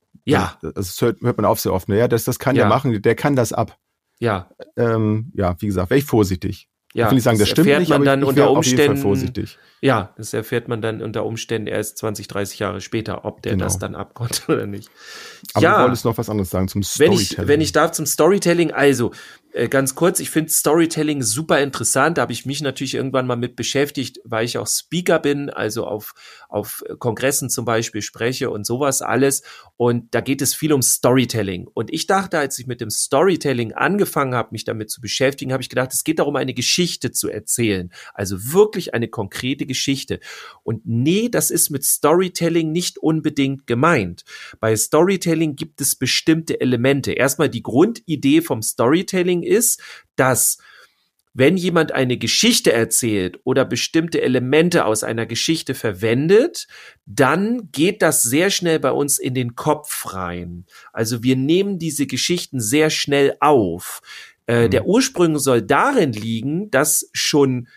ja, Das hört, hört man auch sehr oft. Ne? Ja, das, das kann Ja. der machen, der kann das ab. ja, Ähm, ja, wie gesagt, wäre ich vorsichtig. ja. ich will nicht sagen, das, das stimmt erfährt nicht, man aber dann ich, ich unter wäre auf jeden Fall Umständen- vorsichtig. Ja, das erfährt man dann unter Umständen erst zwanzig, dreißig Jahre später, ob der Genau. das dann abkonnte oder nicht. Aber ja, du wolltest noch was anderes sagen zum wenn ich, Storytelling. wenn ich darf zum Storytelling, also äh, ganz kurz, ich finde Storytelling super interessant, da habe ich mich natürlich irgendwann mal mit beschäftigt, weil ich auch Speaker bin, also auf, auf Kongressen zum Beispiel spreche und sowas alles, und da geht es viel um Storytelling, und ich dachte, als ich mit dem Storytelling angefangen habe, mich damit zu beschäftigen, habe ich gedacht, es geht darum, eine Geschichte zu erzählen, also wirklich eine konkrete Geschichte, und nee, das ist mit Storytelling nicht unbedingt gemeint. Bei Storytelling gibt es bestimmte Elemente. Erstmal die Grundidee vom Storytelling ist, dass wenn jemand eine Geschichte erzählt oder bestimmte Elemente aus einer Geschichte verwendet, dann geht das sehr schnell bei uns in den Kopf rein. Also wir nehmen diese Geschichten sehr schnell auf. Äh, Mhm. Der Ursprung soll darin liegen, dass schon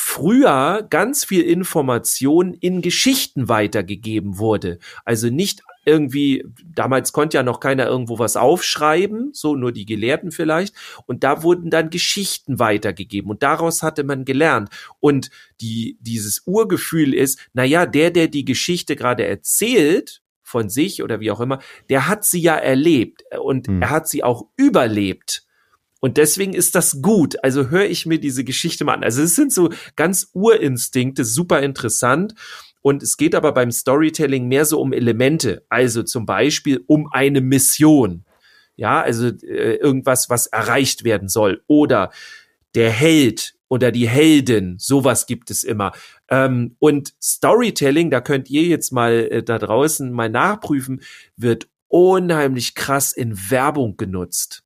früher ganz viel Information in Geschichten weitergegeben wurde. Also nicht irgendwie, damals konnte ja noch keiner irgendwo was aufschreiben, so nur die Gelehrten vielleicht, und da wurden dann Geschichten weitergegeben und daraus hatte man gelernt. Und die, dieses Urgefühl ist, na ja, der, der die Geschichte gerade erzählt, von sich oder wie auch immer, der hat sie ja erlebt und Hm. er hat sie auch überlebt. Und deswegen ist das gut. Also höre ich mir diese Geschichte mal an. Also es sind so ganz Urinstinkte, super interessant. Und es geht aber beim Storytelling mehr so um Elemente. Also zum Beispiel um eine Mission. Ja, also äh, irgendwas, was erreicht werden soll. Oder der Held oder die Heldin. Sowas gibt es immer. Ähm, und Storytelling, da könnt ihr jetzt mal äh, da draußen mal nachprüfen, wird unheimlich krass in Werbung genutzt.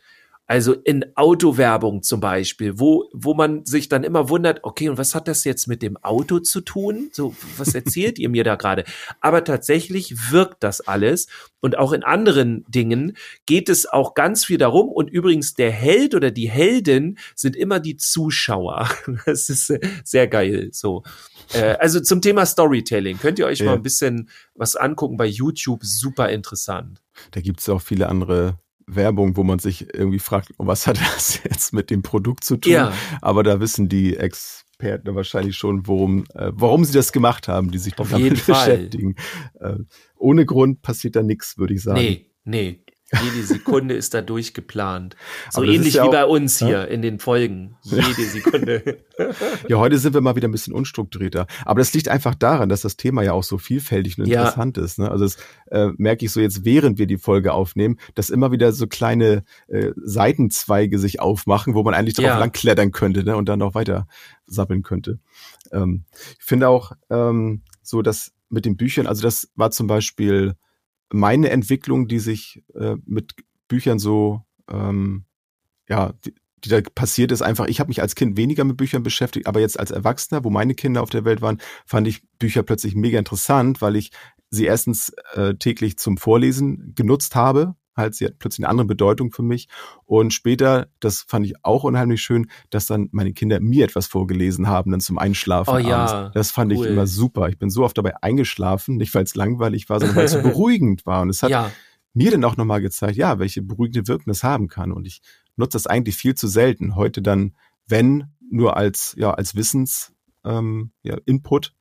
Also in Autowerbung zum Beispiel, wo, wo man sich dann immer wundert, okay, und was hat das jetzt mit dem Auto zu tun? So, was erzählt ihr mir da gerade? Aber tatsächlich wirkt das alles. Und auch in anderen Dingen geht es auch ganz viel darum. Und übrigens, der Held oder die Heldin sind immer die Zuschauer. Das ist sehr geil, so. Äh, also zum Thema Storytelling. Könnt ihr euch Ja. mal ein bisschen was angucken bei YouTube? Super interessant. Da gibt es auch viele andere Werbung, wo man sich irgendwie fragt, oh, was hat das jetzt mit dem Produkt zu tun? Ja. Aber da wissen die Experten wahrscheinlich schon, worum, äh, warum sie das gemacht haben, die sich Auf damit jeden Fall. beschäftigen. Äh, ohne Grund passiert da nichts, würde ich sagen. Nee, nee. Jede Sekunde ist da durchgeplant. So Aber das ähnlich ist ja wie auch- bei uns Ja? hier in den Folgen. Jede Sekunde. Ja, heute sind wir mal wieder ein bisschen unstrukturierter. Aber das liegt einfach daran, dass das Thema ja auch so vielfältig und Ja. interessant ist. Ne? Also das äh, merke ich so jetzt, während wir die Folge aufnehmen, dass immer wieder so kleine äh, Seitenzweige sich aufmachen, wo man eigentlich drauf Ja. langklettern könnte, ne? Und dann noch weiter sappeln könnte. Ähm, ich finde auch ähm, so, dass mit den Büchern, also das war zum Beispiel meine Entwicklung, die sich äh, mit Büchern so, ähm, ja, die, die da passiert ist, einfach, ich habe mich als Kind weniger mit Büchern beschäftigt, aber jetzt als Erwachsener, wo meine Kinder auf der Welt waren, fand ich Bücher plötzlich mega interessant, weil ich sie erstens äh, täglich zum Vorlesen genutzt habe. Halt, sie hat plötzlich eine andere Bedeutung für mich. Und später, das fand ich auch unheimlich schön, dass dann meine Kinder mir etwas vorgelesen haben, dann zum Einschlafen Oh ja, abends. Das fand cool. ich immer super. Ich bin so oft dabei eingeschlafen, nicht weil es langweilig war, sondern weil es so beruhigend war. Und es hat Ja, mir dann auch nochmal gezeigt, ja, welche beruhigende Wirkung das haben kann. Und ich nutze das eigentlich viel zu selten. Heute dann, wenn, nur als, ja, als Wissens, ähm, ja, Input.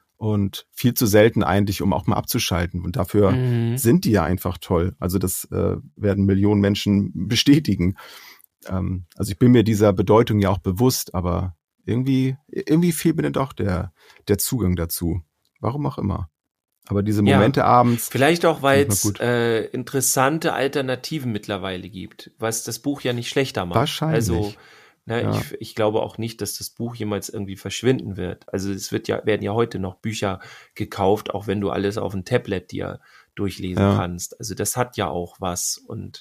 Und viel zu selten eigentlich, um auch mal abzuschalten. Und dafür mhm. sind die ja einfach toll. Also das äh, werden Millionen Menschen bestätigen. Ähm, also ich bin mir dieser Bedeutung ja auch bewusst, aber irgendwie, irgendwie fehlt mir dann doch der, der Zugang dazu. Warum auch immer. Aber diese Momente Ja. abends. Vielleicht auch, weil Finde ich es mal gut. äh, interessante Alternativen mittlerweile gibt, was das Buch ja nicht schlechter macht. Wahrscheinlich. Also, ne, Ja. ich, ich glaube auch nicht, dass das Buch jemals irgendwie verschwinden wird. Also es wird ja, werden ja heute noch Bücher gekauft, auch wenn du alles auf dem Tablet dir durchlesen Ja. kannst. Also das hat ja auch was und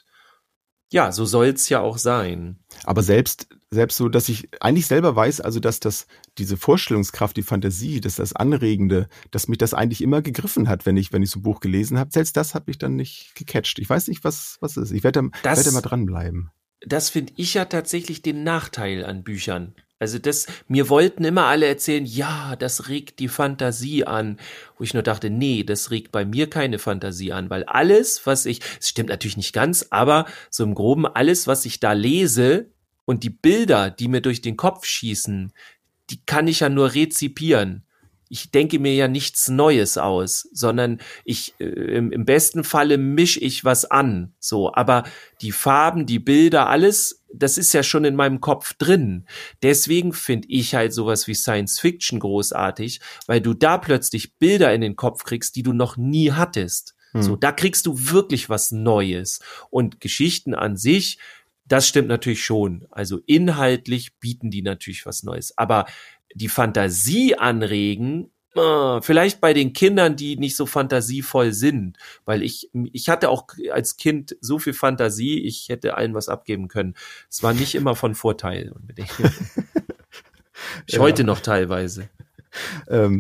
ja, so soll's ja auch sein. Aber selbst, selbst so, dass ich eigentlich selber weiß, also dass das, diese Vorstellungskraft, die Fantasie, dass das Anregende, dass mich das eigentlich immer gegriffen hat, wenn ich, wenn ich so ein Buch gelesen habe. Selbst das hat mich dann nicht gecatcht. Ich weiß nicht, was, was ist. Ich werde da, Das- werde da mal dranbleiben. Das finde ich ja tatsächlich den Nachteil an Büchern. Also das, mir wollten immer alle erzählen, ja, das regt die Fantasie an. Wo ich nur dachte, nee, das regt bei mir keine Fantasie an, weil alles, was ich, es stimmt natürlich nicht ganz, aber so im Groben alles, was ich da lese und die Bilder, die mir durch den Kopf schießen, die kann ich ja nur rezipieren. Ich denke mir ja nichts Neues aus, sondern ich äh, im, im besten Falle mische ich was an, so. Aber die Farben, die Bilder, alles, das ist ja schon in meinem Kopf drin. Deswegen finde ich halt sowas wie Science Fiction großartig, weil du da plötzlich Bilder in den Kopf kriegst, die du noch nie hattest. Hm. So, da kriegst du wirklich was Neues. Und Geschichten an sich, das stimmt natürlich schon. Also inhaltlich bieten die natürlich was Neues. Aber die Fantasie anregen, äh, vielleicht bei den Kindern, die nicht so fantasievoll sind, weil ich, ich hatte auch als Kind so viel Fantasie, ich hätte allen was abgeben können. Es war nicht immer von Vorteil unbedingt. Ich Ja. heute noch teilweise. Ähm,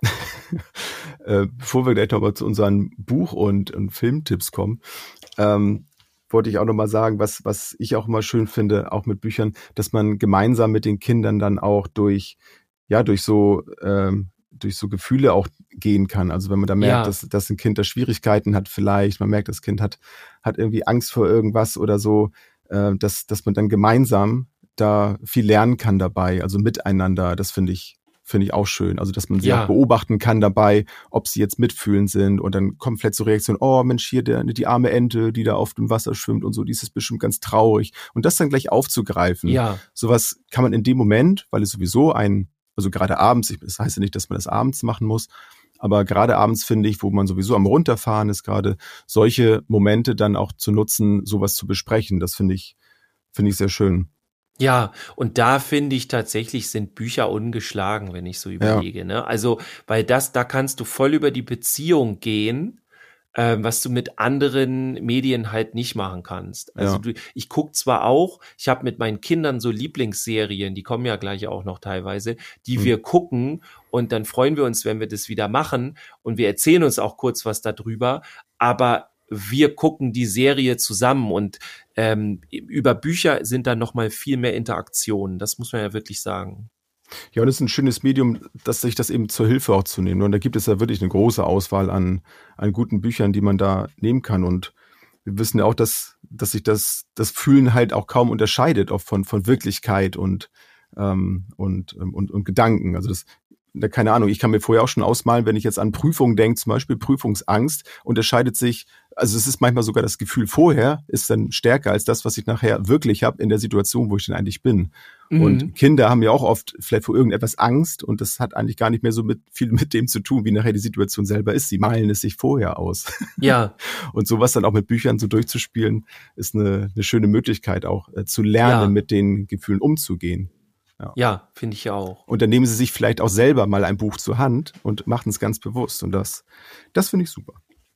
äh, bevor wir gleich nochmal zu unseren Buch- und, und Filmtipps kommen, ähm, wollte ich auch nochmal sagen, was, was ich auch immer schön finde, auch mit Büchern, dass man gemeinsam mit den Kindern dann auch durch, ja, durch so, ähm, durch so Gefühle auch gehen kann. Also wenn man da merkt, Ja. dass, dass ein Kind da Schwierigkeiten hat vielleicht, man merkt, das Kind hat, hat irgendwie Angst vor irgendwas oder so, äh, dass, dass man dann gemeinsam da viel lernen kann dabei, also miteinander, das finde ich, finde ich auch schön. Also, dass man sie Ja. auch beobachten kann dabei, ob sie jetzt mitfühlend sind und dann kommt vielleicht so Reaktion, oh Mensch, hier der, die arme Ente, die da auf dem Wasser schwimmt und so, die ist bestimmt ganz traurig. Und das dann gleich aufzugreifen. Ja, Sowas kann man in dem Moment, weil es sowieso ein, also gerade abends, ich- das heißt ja nicht, dass man das abends machen muss, aber gerade abends finde ich, wo man sowieso am Runterfahren ist, gerade solche Momente dann auch zu nutzen, sowas zu besprechen, das finde ich, finde ich sehr schön. ja, und da finde ich tatsächlich sind Bücher ungeschlagen, wenn ich so überlege, ne? Also, weil das, da kannst du voll über die Beziehung gehen, ähm, was du mit anderen Medien halt nicht machen kannst. Also Ja. du, ich guck zwar auch, ich habe mit meinen Kindern so Lieblingsserien, die kommen ja gleich auch noch teilweise, die Hm. wir gucken und dann freuen wir uns, wenn wir das wieder machen und wir erzählen uns auch kurz was darüber, aber wir gucken die Serie zusammen und ähm, über Bücher sind da noch mal viel mehr Interaktionen. Das muss man ja wirklich sagen. Ja, und es ist ein schönes Medium, dass sich das eben zur Hilfe auch zu nehmen. Und da gibt es ja wirklich eine große Auswahl an, an guten Büchern, die man da nehmen kann. Und wir wissen ja auch, dass, dass sich das, das Fühlen halt auch kaum unterscheidet, auch von, von Wirklichkeit und, ähm, und, ähm, und, und Gedanken. Also das, da, keine Ahnung, ich kann mir vorher auch schon ausmalen, wenn ich jetzt an Prüfungen denke, zum Beispiel Prüfungsangst, unterscheidet sich, also es ist manchmal sogar das Gefühl vorher, ist dann stärker als das, was ich nachher wirklich habe in der Situation, wo ich denn eigentlich bin. Mhm. Und Kinder haben ja auch oft vielleicht vor irgendetwas Angst und das hat eigentlich gar nicht mehr so mit, viel mit dem zu tun, wie nachher die Situation selber ist. Sie malen es sich vorher aus. Ja, Und sowas dann auch mit Büchern so durchzuspielen, ist eine, eine schöne Möglichkeit auch äh, zu lernen, Ja. mit den Gefühlen umzugehen. ja, finde ich ja auch. Und dann nehmen sie sich vielleicht auch selber mal ein Buch zur Hand und machen es ganz bewusst. Und das, das finde ich super.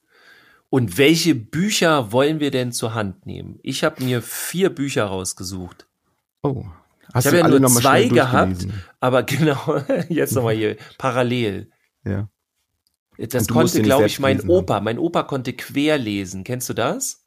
Und welche Bücher wollen wir denn zur Hand nehmen? Ich habe mir vier Bücher rausgesucht. Oh. Hast ich habe ja alle nur noch mal zwei schnell gehabt, durchgelesen? aber genau, jetzt nochmal hier, parallel. Ja. Das Und du musst konnte, den nicht glaube selbst ich, mein gelesen haben. Opa. Mein Opa konnte querlesen. Kennst du das?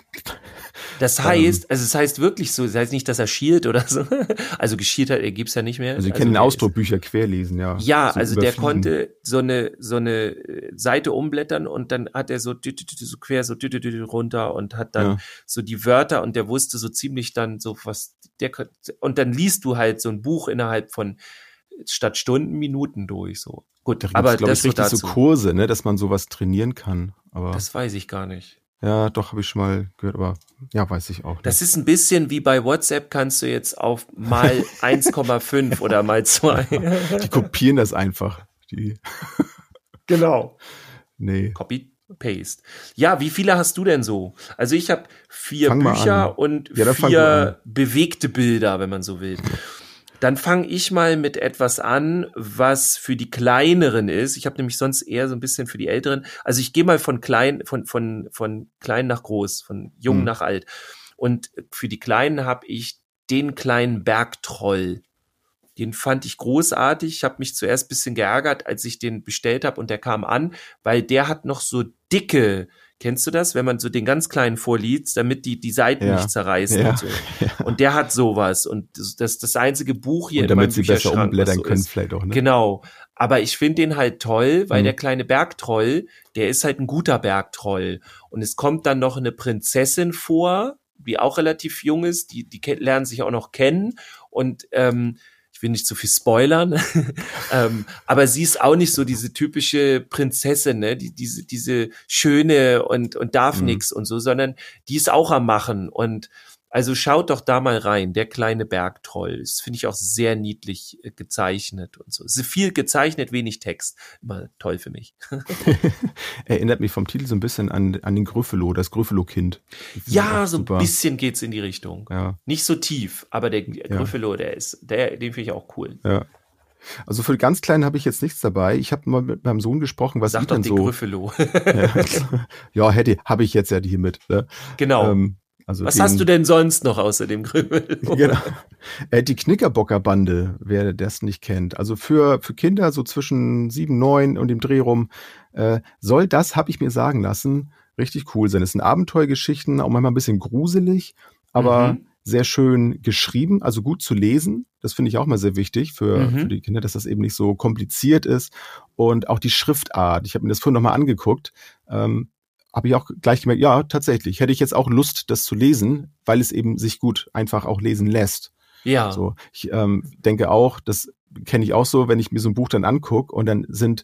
Das Ähm. heißt, also es heißt wirklich so, das heißt nicht, dass er schielt oder so. Also geschielt hat, er gibt's ja nicht mehr. Also ich kenne den der Ausdruck, ist- Bücher querlesen, ja. Ja, So also der überfliegen. konnte so eine so eine äh, Seite umblättern und dann hat er so tü- tü- tü- so quer so tü- tü- tü- runter und hat dann Ja. so die Wörter und der wusste so ziemlich dann so was der kon- und dann liest du halt so ein Buch innerhalb von statt Stunden Minuten durch so. Gut, Da aber gibt's, glaube das ich, so richtig dazu. so Kurse, ne, dass man sowas trainieren kann. Aber Das weiß ich gar nicht. ja, doch, habe ich schon mal gehört, aber ja, weiß ich auch nicht. Das ist ein bisschen wie bei WhatsApp, kannst du jetzt auf mal eins Komma fünf oder mal zwei. Die kopieren das einfach. Die, Genau. nee. Copy, Paste. Ja, wie viele hast du denn so? Also ich habe vier Fang mal Bücher an. und Ja, dann fang du vier bewegte Bilder, wenn man so will. Dann fange ich mal mit etwas an, was für die Kleineren ist. Ich habe nämlich sonst eher so ein bisschen für die Älteren. Also ich gehe mal von klein, von von von klein nach groß, von jung Hm. nach alt. Und für die Kleinen habe ich den kleinen Bergtroll. Den fand ich großartig. Ich habe mich zuerst ein bisschen geärgert, als ich den bestellt habe und der kam an, weil der hat noch so dicke, kennst du das, wenn man so den ganz kleinen vorliest, damit die die Seiten Ja. nicht zerreißen Ja. und so. Und der hat sowas und das das, das einzige Buch hier Und in damit meinem sie besser Bücherschrank, was umblättern so können, ist. vielleicht auch, ne? Genau. Aber ich finde den halt toll, weil Mhm. der kleine Bergtroll, der ist halt ein guter Bergtroll. Und es kommt dann noch eine Prinzessin vor, die auch relativ jung ist, die, die ke- lernen sich auch noch kennen. Und ähm, ich will nicht zu viel spoilern, ähm, aber sie ist auch nicht so diese typische Prinzessin, ne? Die, diese, diese schöne und, und darf Mhm. nix und so, sondern die ist auch am Machen. Und also schaut doch da mal rein, der kleine Bergtroll. Das finde ich auch sehr niedlich äh, gezeichnet und so. Es ist viel gezeichnet, wenig Text. Immer toll für mich. Erinnert mich vom Titel so ein bisschen an, an den Grüffalo, das Grüffalo-Kind. Das ist Ja, auch so ein super. bisschen geht's in die Richtung. Ja, Nicht so tief, aber der Gryffalo, der ist, der, den finde ich auch cool. ja. Also für die ganz Kleinen habe ich jetzt nichts dabei. Ich habe mal mit meinem Sohn gesprochen, was Sag ich doch denn den so. Gryffalo. Ja, ja hätte, habe ich jetzt ja hier mit. Ne? Genau. Ähm, also Was den, hast du denn sonst noch außer dem Gryffalo? Genau. Äh, die Knickerbocker-Bande, wer das nicht kennt. Also für, für Kinder so zwischen sieben, neun und dem Dreh rum, äh, soll das, habe ich mir sagen lassen, richtig cool sein. Es sind Abenteuergeschichten, auch manchmal ein bisschen gruselig, aber Mhm. sehr schön geschrieben, also gut zu lesen. Das finde ich auch mal sehr wichtig für, Mhm. für die Kinder, dass das eben nicht so kompliziert ist. Und auch die Schriftart. Ich habe mir das vorhin nochmal angeguckt. Ähm, habe ich auch gleich gemerkt, ja, tatsächlich. Hätte ich jetzt auch Lust, das zu lesen, weil es eben sich gut einfach auch lesen lässt. Ja. So, ich ähm, denke auch, das kenne ich auch so, wenn ich mir so ein Buch dann angucke und dann sind,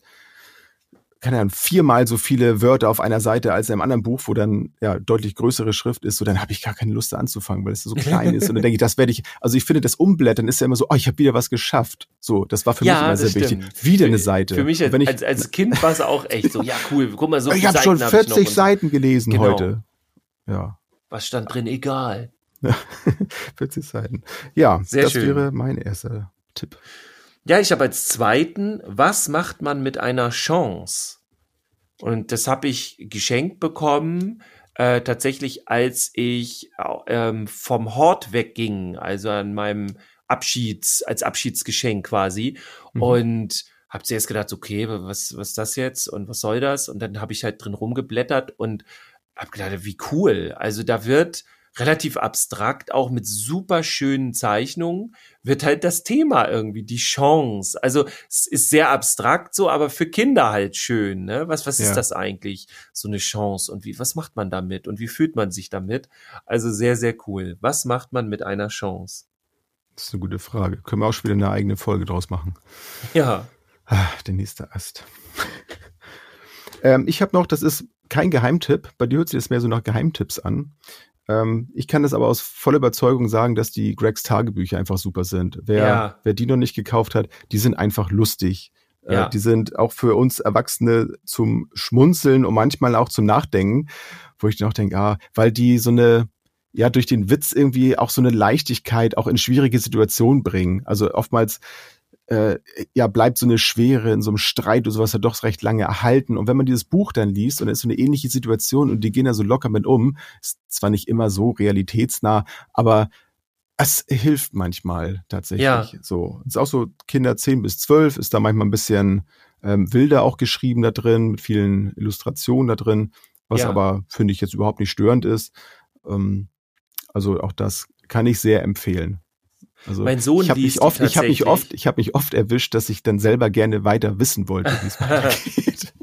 keine Ahnung, viermal so viele Wörter auf einer Seite als in einem anderen Buch, wo dann ja deutlich größere Schrift ist, so dann habe ich gar keine Lust da anzufangen, weil es so klein ist. Und dann denke ich, das werde ich, also ich finde, das Umblättern ist ja immer so, oh, ich habe wieder was geschafft. So, das war für Ja, mich immer das sehr stimmt. wichtig. Wieder Für- eine Seite. Für mich Und als, wenn ich, als, als Kind war es auch echt so, ja cool, guck mal, so ich viele habe Seiten schon hab ich noch. vierzig und Seiten gelesen Genau. heute. Ja, Was stand drin? Egal. vierzig Seiten. Ja, Sehr das schön. wäre mein erster Tipp. Ja, ich habe als zweiten, was macht man mit einer Chance? Und das habe ich geschenkt bekommen, äh, tatsächlich, als ich ähm, vom Hort wegging, also an meinem Abschieds, als Abschiedsgeschenk quasi. Mhm. Und habe zuerst gedacht, okay, was, was ist das jetzt und was soll das? Und dann habe ich halt drin rumgeblättert und habe gedacht, wie cool. Also da wird relativ abstrakt, auch mit super schönen Zeichnungen, wird halt das Thema irgendwie, die Chance. Also es ist sehr abstrakt so, aber für Kinder halt schön. Ne? Was, was Ja. ist das eigentlich, so eine Chance? Und wie, was macht man damit? Und wie fühlt man sich damit? Also sehr, sehr cool. Was macht man mit einer Chance? Das ist eine gute Frage. Können wir auch schon wieder eine eigene Folge draus machen. Ja. Ah, der nächste Ast. ähm, ich habe noch, das ist kein Geheimtipp, bei dir hört sich das mehr so nach Geheimtipps an. Ähm, ich kann das aber aus voller Überzeugung sagen, dass die Gregs Tagebücher einfach super sind. Wer, Ja. wer die noch nicht gekauft hat, die sind einfach lustig. Ja. Äh, die sind auch für uns Erwachsene zum Schmunzeln und manchmal auch zum Nachdenken, wo ich dann auch denke, ah, weil die so eine, ja, durch den Witz irgendwie auch so eine Leichtigkeit auch in schwierige Situationen bringen. Also oftmals äh, ja, bleibt so eine Schwere in so einem Streit oder sowas ja doch recht lange erhalten. Und wenn man dieses Buch dann liest und es ist so eine ähnliche Situation und die gehen da so locker mit um, ist zwar nicht immer so realitätsnah, aber Es hilft manchmal tatsächlich. Ja. So. Es ist auch so, Kinder zehn bis zwölf ist da manchmal ein bisschen ähm, wilder auch geschrieben da drin, mit vielen Illustrationen da drin, was Ja. aber, finde ich, jetzt überhaupt nicht störend ist. Ähm, also auch das kann ich sehr empfehlen. Also Mein Sohn ich habe mich liest oft, die ich habe mich tatsächlich. oft, ich habe mich oft erwischt, dass ich dann selber gerne weiter wissen wollte, wie es weitergeht.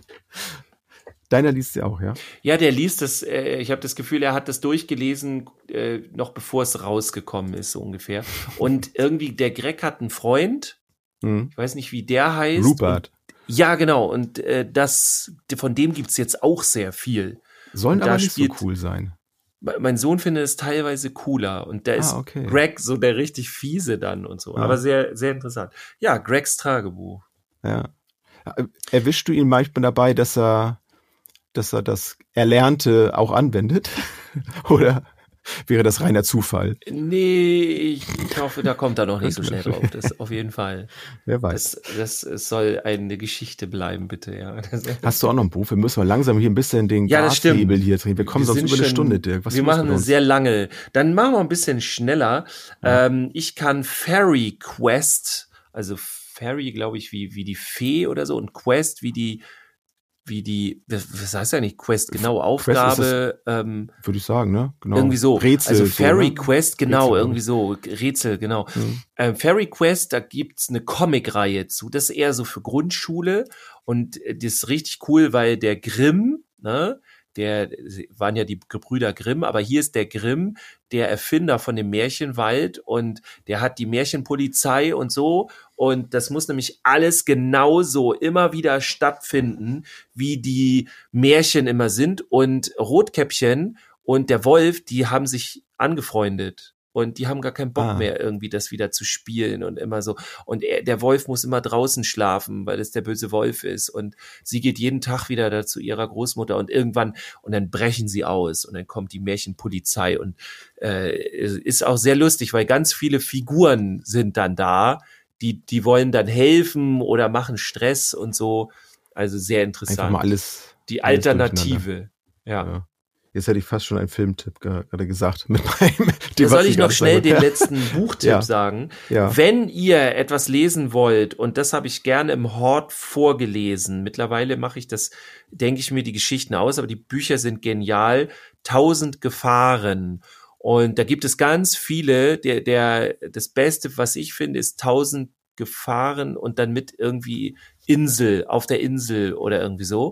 Deiner liest sie auch, ja? Ja, der liest das, äh, ich habe das Gefühl, er hat das durchgelesen, äh, noch bevor es rausgekommen ist, so ungefähr. Und irgendwie, der Greg hat einen Freund, Mhm. ich weiß nicht, wie der heißt. Rupert. Und, ja, genau. Und äh, das, von dem gibt's jetzt auch sehr viel. Sollen Und aber da nicht spielt- so cool sein. Mein Sohn findet es teilweise cooler. Und da ist Ah, okay. Greg so der richtig fiese dann und so. Ja. Aber sehr, sehr interessant. Ja, Gregs Tagebuch. Ja. Erwischst du ihn manchmal dabei, dass er, dass er das Erlernte auch anwendet? Oder wäre das reiner Zufall? Nee, ich, ich hoffe, da kommt er noch nicht so schnell drauf. Das auf jeden Fall. Wer weiß. Das, das es soll eine Geschichte bleiben, bitte, ja. Das, Hast du auch noch ein Buch? Wir müssen mal langsam hier ein bisschen den Ja, das stimmt. Gashebel hier drehen. Wir kommen sonst sind über eine schon- Stunde, Dirk. Was wir ist los machen mit eine uns? sehr lange. Dann machen wir ein bisschen schneller. Ja. Ähm, ich kann Fairy Quest, also Fairy, glaube ich, wie, wie die Fee oder so, und Quest wie die, wie die, das, was heißt ja nicht Quest, genau, Quest Aufgabe, ähm, Würde ich sagen, ne? Genau. irgendwie so. Rätsel. Also so, Fairy ne? Quest, genau, Rätsel, irgendwie so. Rätsel, genau. Mhm. Ähm, Fairy Quest, da gibt's eine Comicreihe zu. Das ist eher so für Grundschule. Und äh, das ist richtig cool, weil der Grimm, ne, der sie waren ja die Gebrüder Grimm, aber hier ist der Grimm, der Erfinder von dem Märchenwald, und der hat die Märchenpolizei und so. Und das muss nämlich alles genauso immer wieder stattfinden, wie die Märchen immer sind. Und Rotkäppchen und der Wolf, die haben sich angefreundet. Und die haben gar keinen Bock Ah. mehr, irgendwie das wieder zu spielen und immer so. Und er, der Wolf muss immer draußen schlafen, weil es der böse Wolf ist. Und sie geht jeden Tag wieder da zu ihrer Großmutter, und irgendwann, und dann brechen sie aus, und dann kommt die Märchenpolizei, und äh, ist auch sehr lustig, weil ganz viele Figuren sind dann da, die, die wollen dann helfen oder machen Stress und so. Also sehr interessant. Einfach mal alles. die alles Alternative. Ja. Ja. Jetzt hätte ich fast schon einen Filmtipp ge- gerade gesagt. Mit meinem, Da soll ich noch gerade schnell sage. den letzten Buchtipp Ja. sagen. Ja. Wenn ihr etwas lesen wollt, und das habe ich gerne im Hort vorgelesen, mittlerweile mache ich das, denke ich mir die Geschichten aus, aber die Bücher sind genial. Tausend Gefahren. Und da gibt es ganz viele. Der, der, das Beste, was ich finde, ist Tausend Gefahren und dann mit irgendwie Insel, auf der Insel oder irgendwie so.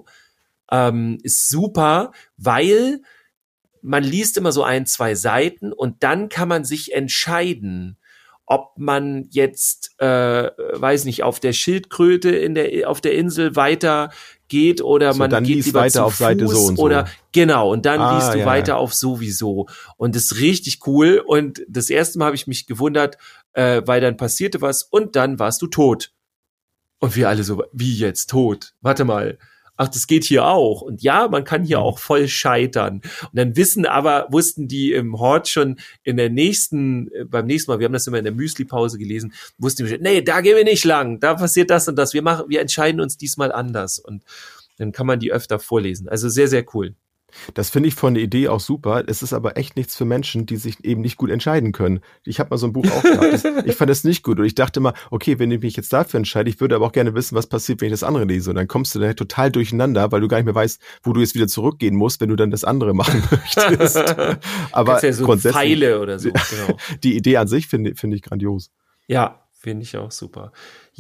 Ähm, ist super, weil man liest immer so ein, zwei Seiten, und dann kann man sich entscheiden, ob man jetzt, äh, weiß nicht, auf der Schildkröte in der, auf der Insel weiter geht, oder So, man dann geht lies lieber weiter zu auf Seite Fuß, so und so. oder genau, und dann Ah, liest du ja, weiter ja. auf sowieso. Und das ist richtig cool. Und das erste Mal habe ich mich gewundert, äh, weil dann passierte was, und dann warst du tot. Und wir alle so, wie jetzt tot? Warte mal. Ach, das geht hier auch. Und ja, man kann hier Mhm. auch voll scheitern. Und dann wissen aber, wussten die im Hort schon in der nächsten, äh, beim nächsten Mal, wir haben das immer in der Müsli-Pause gelesen, wussten die schon, nee, da gehen wir nicht lang, da passiert das und das. Wir machen, wir entscheiden uns diesmal anders. Und dann kann man die öfter vorlesen. Also sehr, sehr cool. Das finde ich von der Idee auch super. Es ist aber echt nichts für Menschen, die sich eben nicht gut entscheiden können. Ich habe mal so ein Buch auch gehabt. Das, ich fand das nicht gut. Und ich dachte mal, okay, wenn ich mich jetzt dafür entscheide, ich würde aber auch gerne wissen, was passiert, wenn ich das andere lese. Und dann kommst du da total durcheinander, weil du gar nicht mehr weißt, wo du jetzt wieder zurückgehen musst, wenn du dann das andere machen möchtest. Aber Kannst ja so grundsätzlich, Pfeile oder so. Genau. die Idee an sich finde finde ich grandios. Ja, finde ich auch super.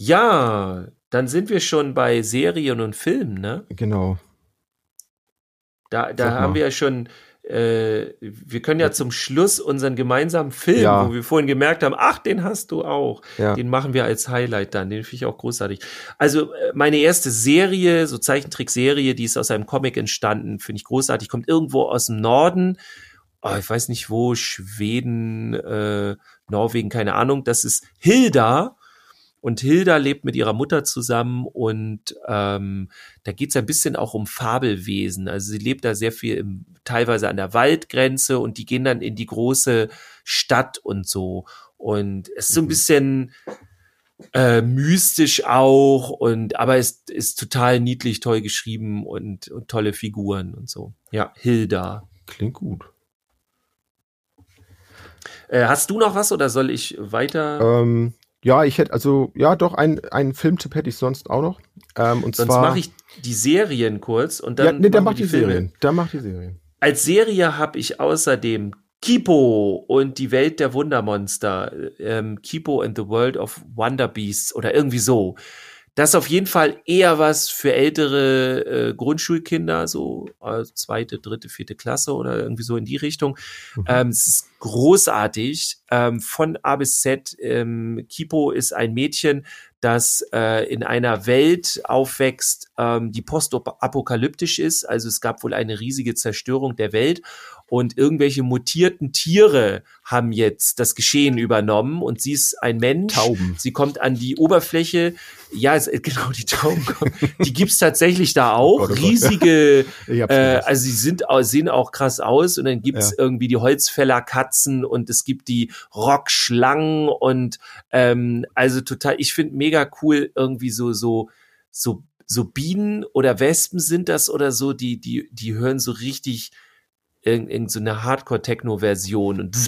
Ja, dann sind wir schon bei Serien und Filmen, ne? Genau. Da, da Sag haben mal. wir ja schon, äh, wir können ja zum Schluss unseren gemeinsamen Film, Ja. wo wir vorhin gemerkt haben, ach, den hast du auch. Ja. Den machen wir als Highlight dann, den finde ich auch großartig. Also äh, meine erste Serie, so Zeichentrickserie, die ist aus einem Comic entstanden, finde ich großartig, kommt irgendwo aus dem Norden, oh, ich weiß nicht wo, Schweden, äh, Norwegen, keine Ahnung, das ist Hilda. Und Hilda lebt mit ihrer Mutter zusammen, und ähm, da geht's ein bisschen auch um Fabelwesen. Also sie lebt da sehr viel im, teilweise an der Waldgrenze, und die gehen dann in die große Stadt und so. Und es ist so ein Mhm. bisschen äh, mystisch auch, und aber es ist total niedlich, toll geschrieben und, und tolle Figuren und so. Ja, Hilda. Klingt gut. Äh, hast du noch was oder soll ich weiter? Ähm, ja, ich hätte, also, ja, doch, ein, einen Filmtipp hätte ich sonst auch noch. Ähm, und Sonst zwar. mache ich die Serien kurz und dann. Ja, nee, dann mach die, die Filme. Serien. Dann mach die Serien. Als Serie habe ich außerdem Kipo und die Welt der Wundermonster. Ähm, Kipo and the World of Wonder Beasts oder irgendwie so. Das ist auf jeden Fall eher was für ältere äh, Grundschulkinder, so äh, zweite, dritte, vierte Klasse oder irgendwie so in die Richtung. Mhm. Ähm, es ist großartig, ähm, von A bis Z. Ähm, Kipo ist ein Mädchen, das äh, in einer Welt aufwächst, ähm, die postapokalyptisch ist. Also es gab wohl eine riesige Zerstörung der Welt. Und irgendwelche mutierten Tiere haben jetzt das Geschehen übernommen und sie ist ein Mensch. Tauben. Sie kommt an die Oberfläche. Ja, es, genau, die Tauben. Die gibt's tatsächlich da auch. Oh Gott, Riesige, äh, also sie sind, sehen auch krass aus. Und dann gibt's ja. irgendwie die Holzfällerkatzen und es gibt die Rockschlangen und ähm, also total, ich finde mega cool irgendwie so, so, so, so Bienen oder Wespen sind das oder so, die, die, die hören so richtig irgend, irgend so eine Hardcore-Techno-Version und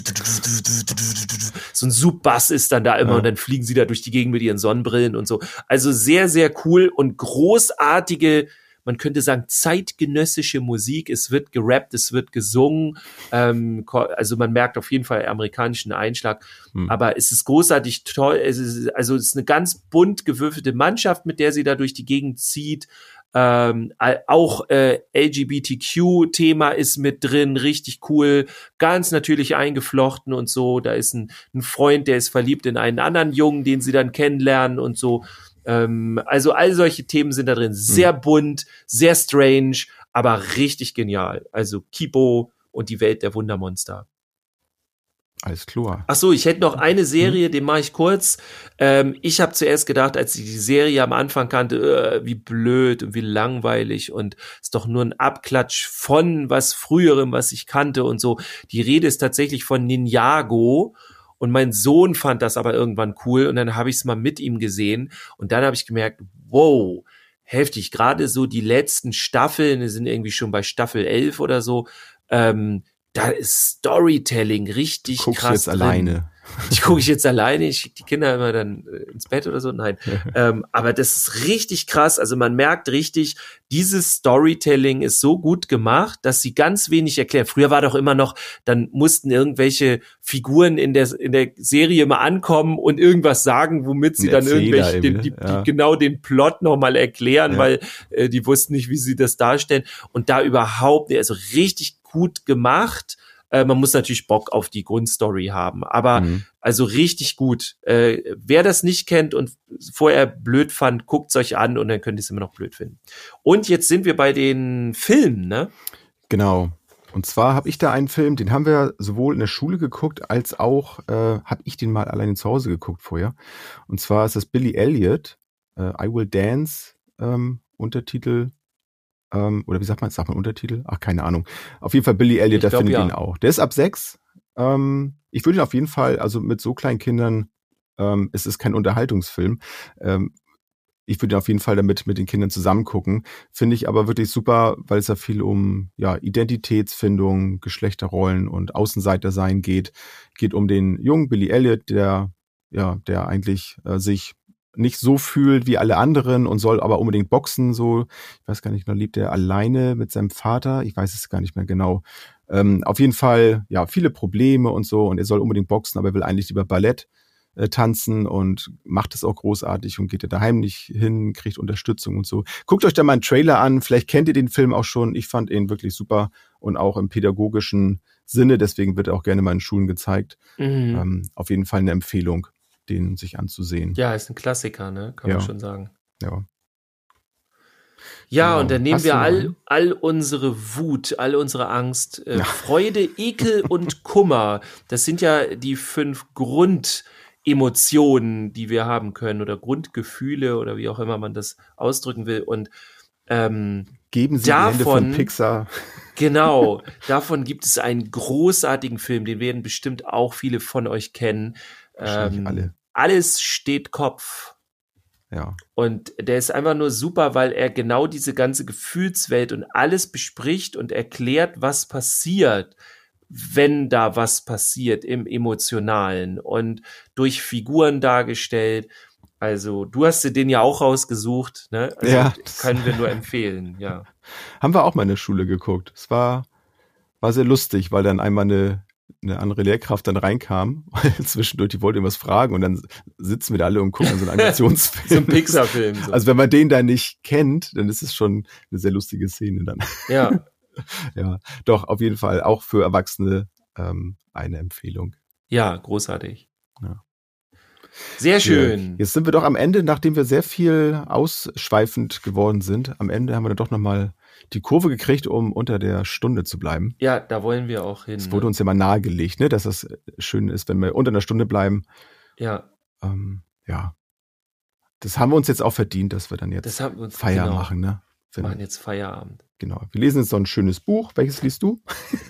so ein Sub-Bass ist dann da immer ja. und dann fliegen sie da durch die Gegend mit ihren Sonnenbrillen und so. Also sehr, sehr cool und großartige, man könnte sagen, zeitgenössische Musik. Es wird gerappt, es wird gesungen. Ähm, also man merkt auf jeden Fall amerikanischen Einschlag. Hm. Aber es ist großartig toll. Es ist, also es ist eine ganz bunt gewürfelte Mannschaft, mit der sie da durch die Gegend zieht. Ähm, auch äh, L G B T Q-Thema ist mit drin, richtig cool, ganz natürlich eingeflochten und so. Da ist ein, ein Freund, der ist verliebt in einen anderen Jungen, den sie dann kennenlernen und so. Ähm, also all solche Themen sind da drin. Sehr hm. bunt, sehr strange, aber richtig genial. Also Kipo und die Welt der Wundermonster. Alles klar. Ach so, ich hätte noch eine Serie, hm. den mache ich kurz. Ähm, ich habe zuerst gedacht, als ich die Serie am Anfang kannte, äh, wie blöd und wie langweilig und ist doch nur ein Abklatsch von was Früherem, was ich kannte und so. Die Rede ist tatsächlich von Ninjago. Und mein Sohn fand das aber irgendwann cool und dann habe ich es mal mit ihm gesehen und dann habe ich gemerkt, wow, heftig. Gerade so die letzten Staffeln, wir sind irgendwie schon bei Staffel elf oder so, ähm, da ist Storytelling richtig du guckst krass jetzt drin. Alleine. Ich gucke ich jetzt alleine, ich schicke die Kinder immer dann ins Bett oder so, nein. ähm, aber das ist richtig krass, also man merkt richtig, dieses Storytelling ist so gut gemacht, dass sie ganz wenig erklären. Früher war doch immer noch, dann mussten irgendwelche Figuren in der in der Serie mal ankommen und irgendwas sagen, womit sie dann irgendwelche, den, die, ja. die, genau den Plot nochmal erklären, ja. weil äh, die wussten nicht, wie sie das darstellen. Und da überhaupt, also richtig gut gemacht. Äh, man muss natürlich Bock auf die Grundstory haben, aber mhm. also richtig gut. Äh, wer das nicht kennt und vorher blöd fand, guckt's euch an und dann könnt ihr es immer noch blöd finden. Und jetzt sind wir bei den Filmen, ne? Genau. Und zwar habe ich da einen Film, den haben wir sowohl in der Schule geguckt, als auch äh, habe ich den mal alleine zu Hause geguckt vorher. Und zwar ist das Billy Elliot, äh, I Will Dance, ähm, Untertitel. Ähm, oder wie sagt man, sagt man Untertitel? Ach, keine Ahnung. Auf jeden Fall Billy Elliot, da finde ich ihn auch. Der ist ab sechs. Ähm, ich würde ihn auf jeden Fall, also mit so kleinen Kindern, ähm, es ist kein Unterhaltungsfilm. Ähm, ich würde ihn auf jeden Fall damit mit den Kindern zusammen gucken. Finde ich aber wirklich super, weil es ja viel um ja Identitätsfindung, Geschlechterrollen und Außenseitersein geht. Geht um den jungen Billy Elliot, der ja, der eigentlich äh, sich nicht so fühlt wie alle anderen und soll aber unbedingt boxen, so, ich weiß gar nicht, noch lebt er alleine mit seinem Vater, ich weiß es gar nicht mehr genau. Ähm, auf jeden Fall, ja, viele Probleme und so und er soll unbedingt boxen, aber er will eigentlich lieber Ballett äh, tanzen und macht es auch großartig und geht er daheim nicht hin, kriegt Unterstützung und so. Guckt euch da mal einen Trailer an, vielleicht kennt ihr den Film auch schon, ich fand ihn wirklich super und auch im pädagogischen Sinne, deswegen wird er auch gerne mal in Schulen gezeigt. Mhm. Ähm, auf jeden Fall eine Empfehlung, den sich anzusehen. Ja, ist ein Klassiker, ne? Kann ja. man schon sagen. Ja. Ja, genau. Und dann nehmen Hast wir all, all unsere Wut, all unsere Angst, äh, ja. Freude, Ekel und Kummer. Das sind ja die fünf Grundemotionen, die wir haben können oder Grundgefühle oder wie auch immer man das ausdrücken will. Und ähm, geben Sie davon, die Hände von Pixar. Genau, davon gibt es einen großartigen Film, den werden bestimmt auch viele von euch kennen. Ähm, alle. Alles steht Kopf. Ja. Und der ist einfach nur super, weil er genau diese ganze Gefühlswelt und alles bespricht und erklärt, was passiert wenn da was passiert im Emotionalen und durch Figuren dargestellt. Also du hast dir den ja auch rausgesucht, ne? Also Ja. können wir nur empfehlen, ja. Haben wir auch mal in der Schule geguckt. Es war, war sehr lustig, weil dann einmal eine, eine andere Lehrkraft dann reinkam. Zwischendurch, die wollte ihm was fragen und dann sitzen wir da alle und gucken so einen Animationsfilm. So ein Pixar-Film. So. Also wenn man den da nicht kennt, dann ist es schon eine sehr lustige Szene dann. Ja. Ja, doch, auf jeden Fall auch für Erwachsene ähm, eine Empfehlung. Ja, großartig. Ja. Sehr schön. Ja, jetzt sind wir doch am Ende, nachdem wir sehr viel ausschweifend geworden sind, am Ende haben wir dann doch nochmal die Kurve gekriegt, um unter der Stunde zu bleiben. Ja, da wollen wir auch hin. Es wurde ne? uns ja mal nahegelegt, ne, dass das schön ist, wenn wir unter einer Stunde bleiben. Ja. Ähm, ja. Das haben wir uns jetzt auch verdient, dass wir dann jetzt Das haben wir uns, Feier genau. machen, ne? Wir Wenn, machen jetzt Feierabend. genau. Wir lesen jetzt so ein schönes Buch. Welches liest du?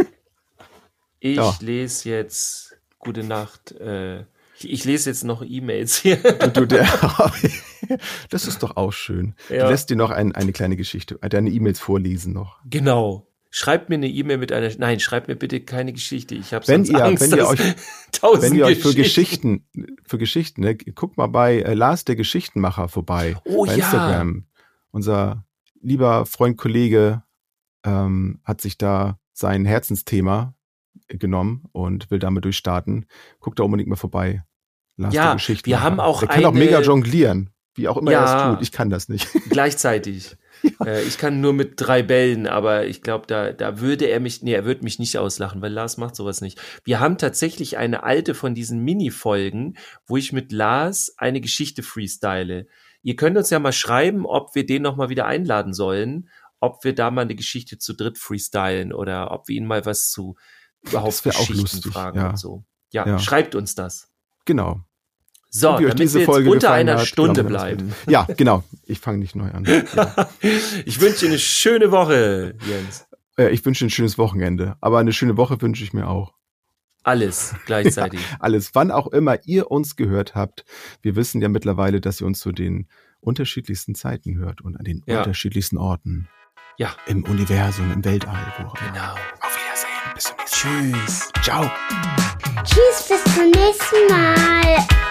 Ich Ja. lese jetzt Gute Nacht. Äh, ich, ich lese jetzt noch E-Mails hier. Du, du, der, das ist doch auch schön. Ja. Du lässt dir noch ein, eine kleine Geschichte, deine E-Mails vorlesen noch. Genau. Schreibt mir eine E-Mail mit einer. Nein, schreibt mir bitte keine Geschichte. Ich habe Wenn sonst ihr, Angst, wenn ihr dass euch, tausend wenn ihr euch für Geschichten. Geschichten, für Geschichten, ne, guckt mal bei äh, Lars der Geschichtenmacher vorbei. Oh bei ja. Instagram. Unser lieber Freund, Kollege ähm, hat sich da sein Herzensthema genommen und will damit durchstarten. Guckt da unbedingt mal vorbei. Lars Ja, der Geschichtenmacher. wir haben auch Der kann auch eine- mega jonglieren. Wie auch immer er Ja. es tut. Ich kann das nicht. Gleichzeitig. Äh, ich kann nur mit drei Bällen, aber ich glaube, da, da würde er mich, nee, er würde mich nicht auslachen, weil Lars macht sowas nicht. Wir haben tatsächlich eine alte von diesen Mini-Folgen, wo ich mit Lars eine Geschichte freestyle. Ihr könnt uns ja mal schreiben, ob wir den nochmal wieder einladen sollen, ob wir da mal eine Geschichte zu dritt freestylen oder ob wir ihn mal was zu überhaupt Das wär auch Geschichten lustig, fragen ja. und so. Ja, Ja. schreibt uns das. Genau. So, Und wie euch damit diese wir jetzt Folge unter gefallen einer hat, Stunde genau, dann bleiben. Ja, genau. Ich fange nicht neu an. Ja. Ich wünsche dir eine schöne Woche, Jens. Äh, Ich wünsche ein schönes Wochenende. Aber eine schöne Woche wünsche ich mir auch. Alles gleichzeitig. Alles, wann auch immer ihr uns gehört habt. Wir wissen ja mittlerweile, dass ihr uns zu den unterschiedlichsten Zeiten hört und an den Ja. unterschiedlichsten Orten. Ja. Im Universum, im Weltall. Wo auch immer. Genau. Auf Wiedersehen. Bis zum nächsten Mal. Tschüss. Ciao. Tschüss, bis zum nächsten Mal.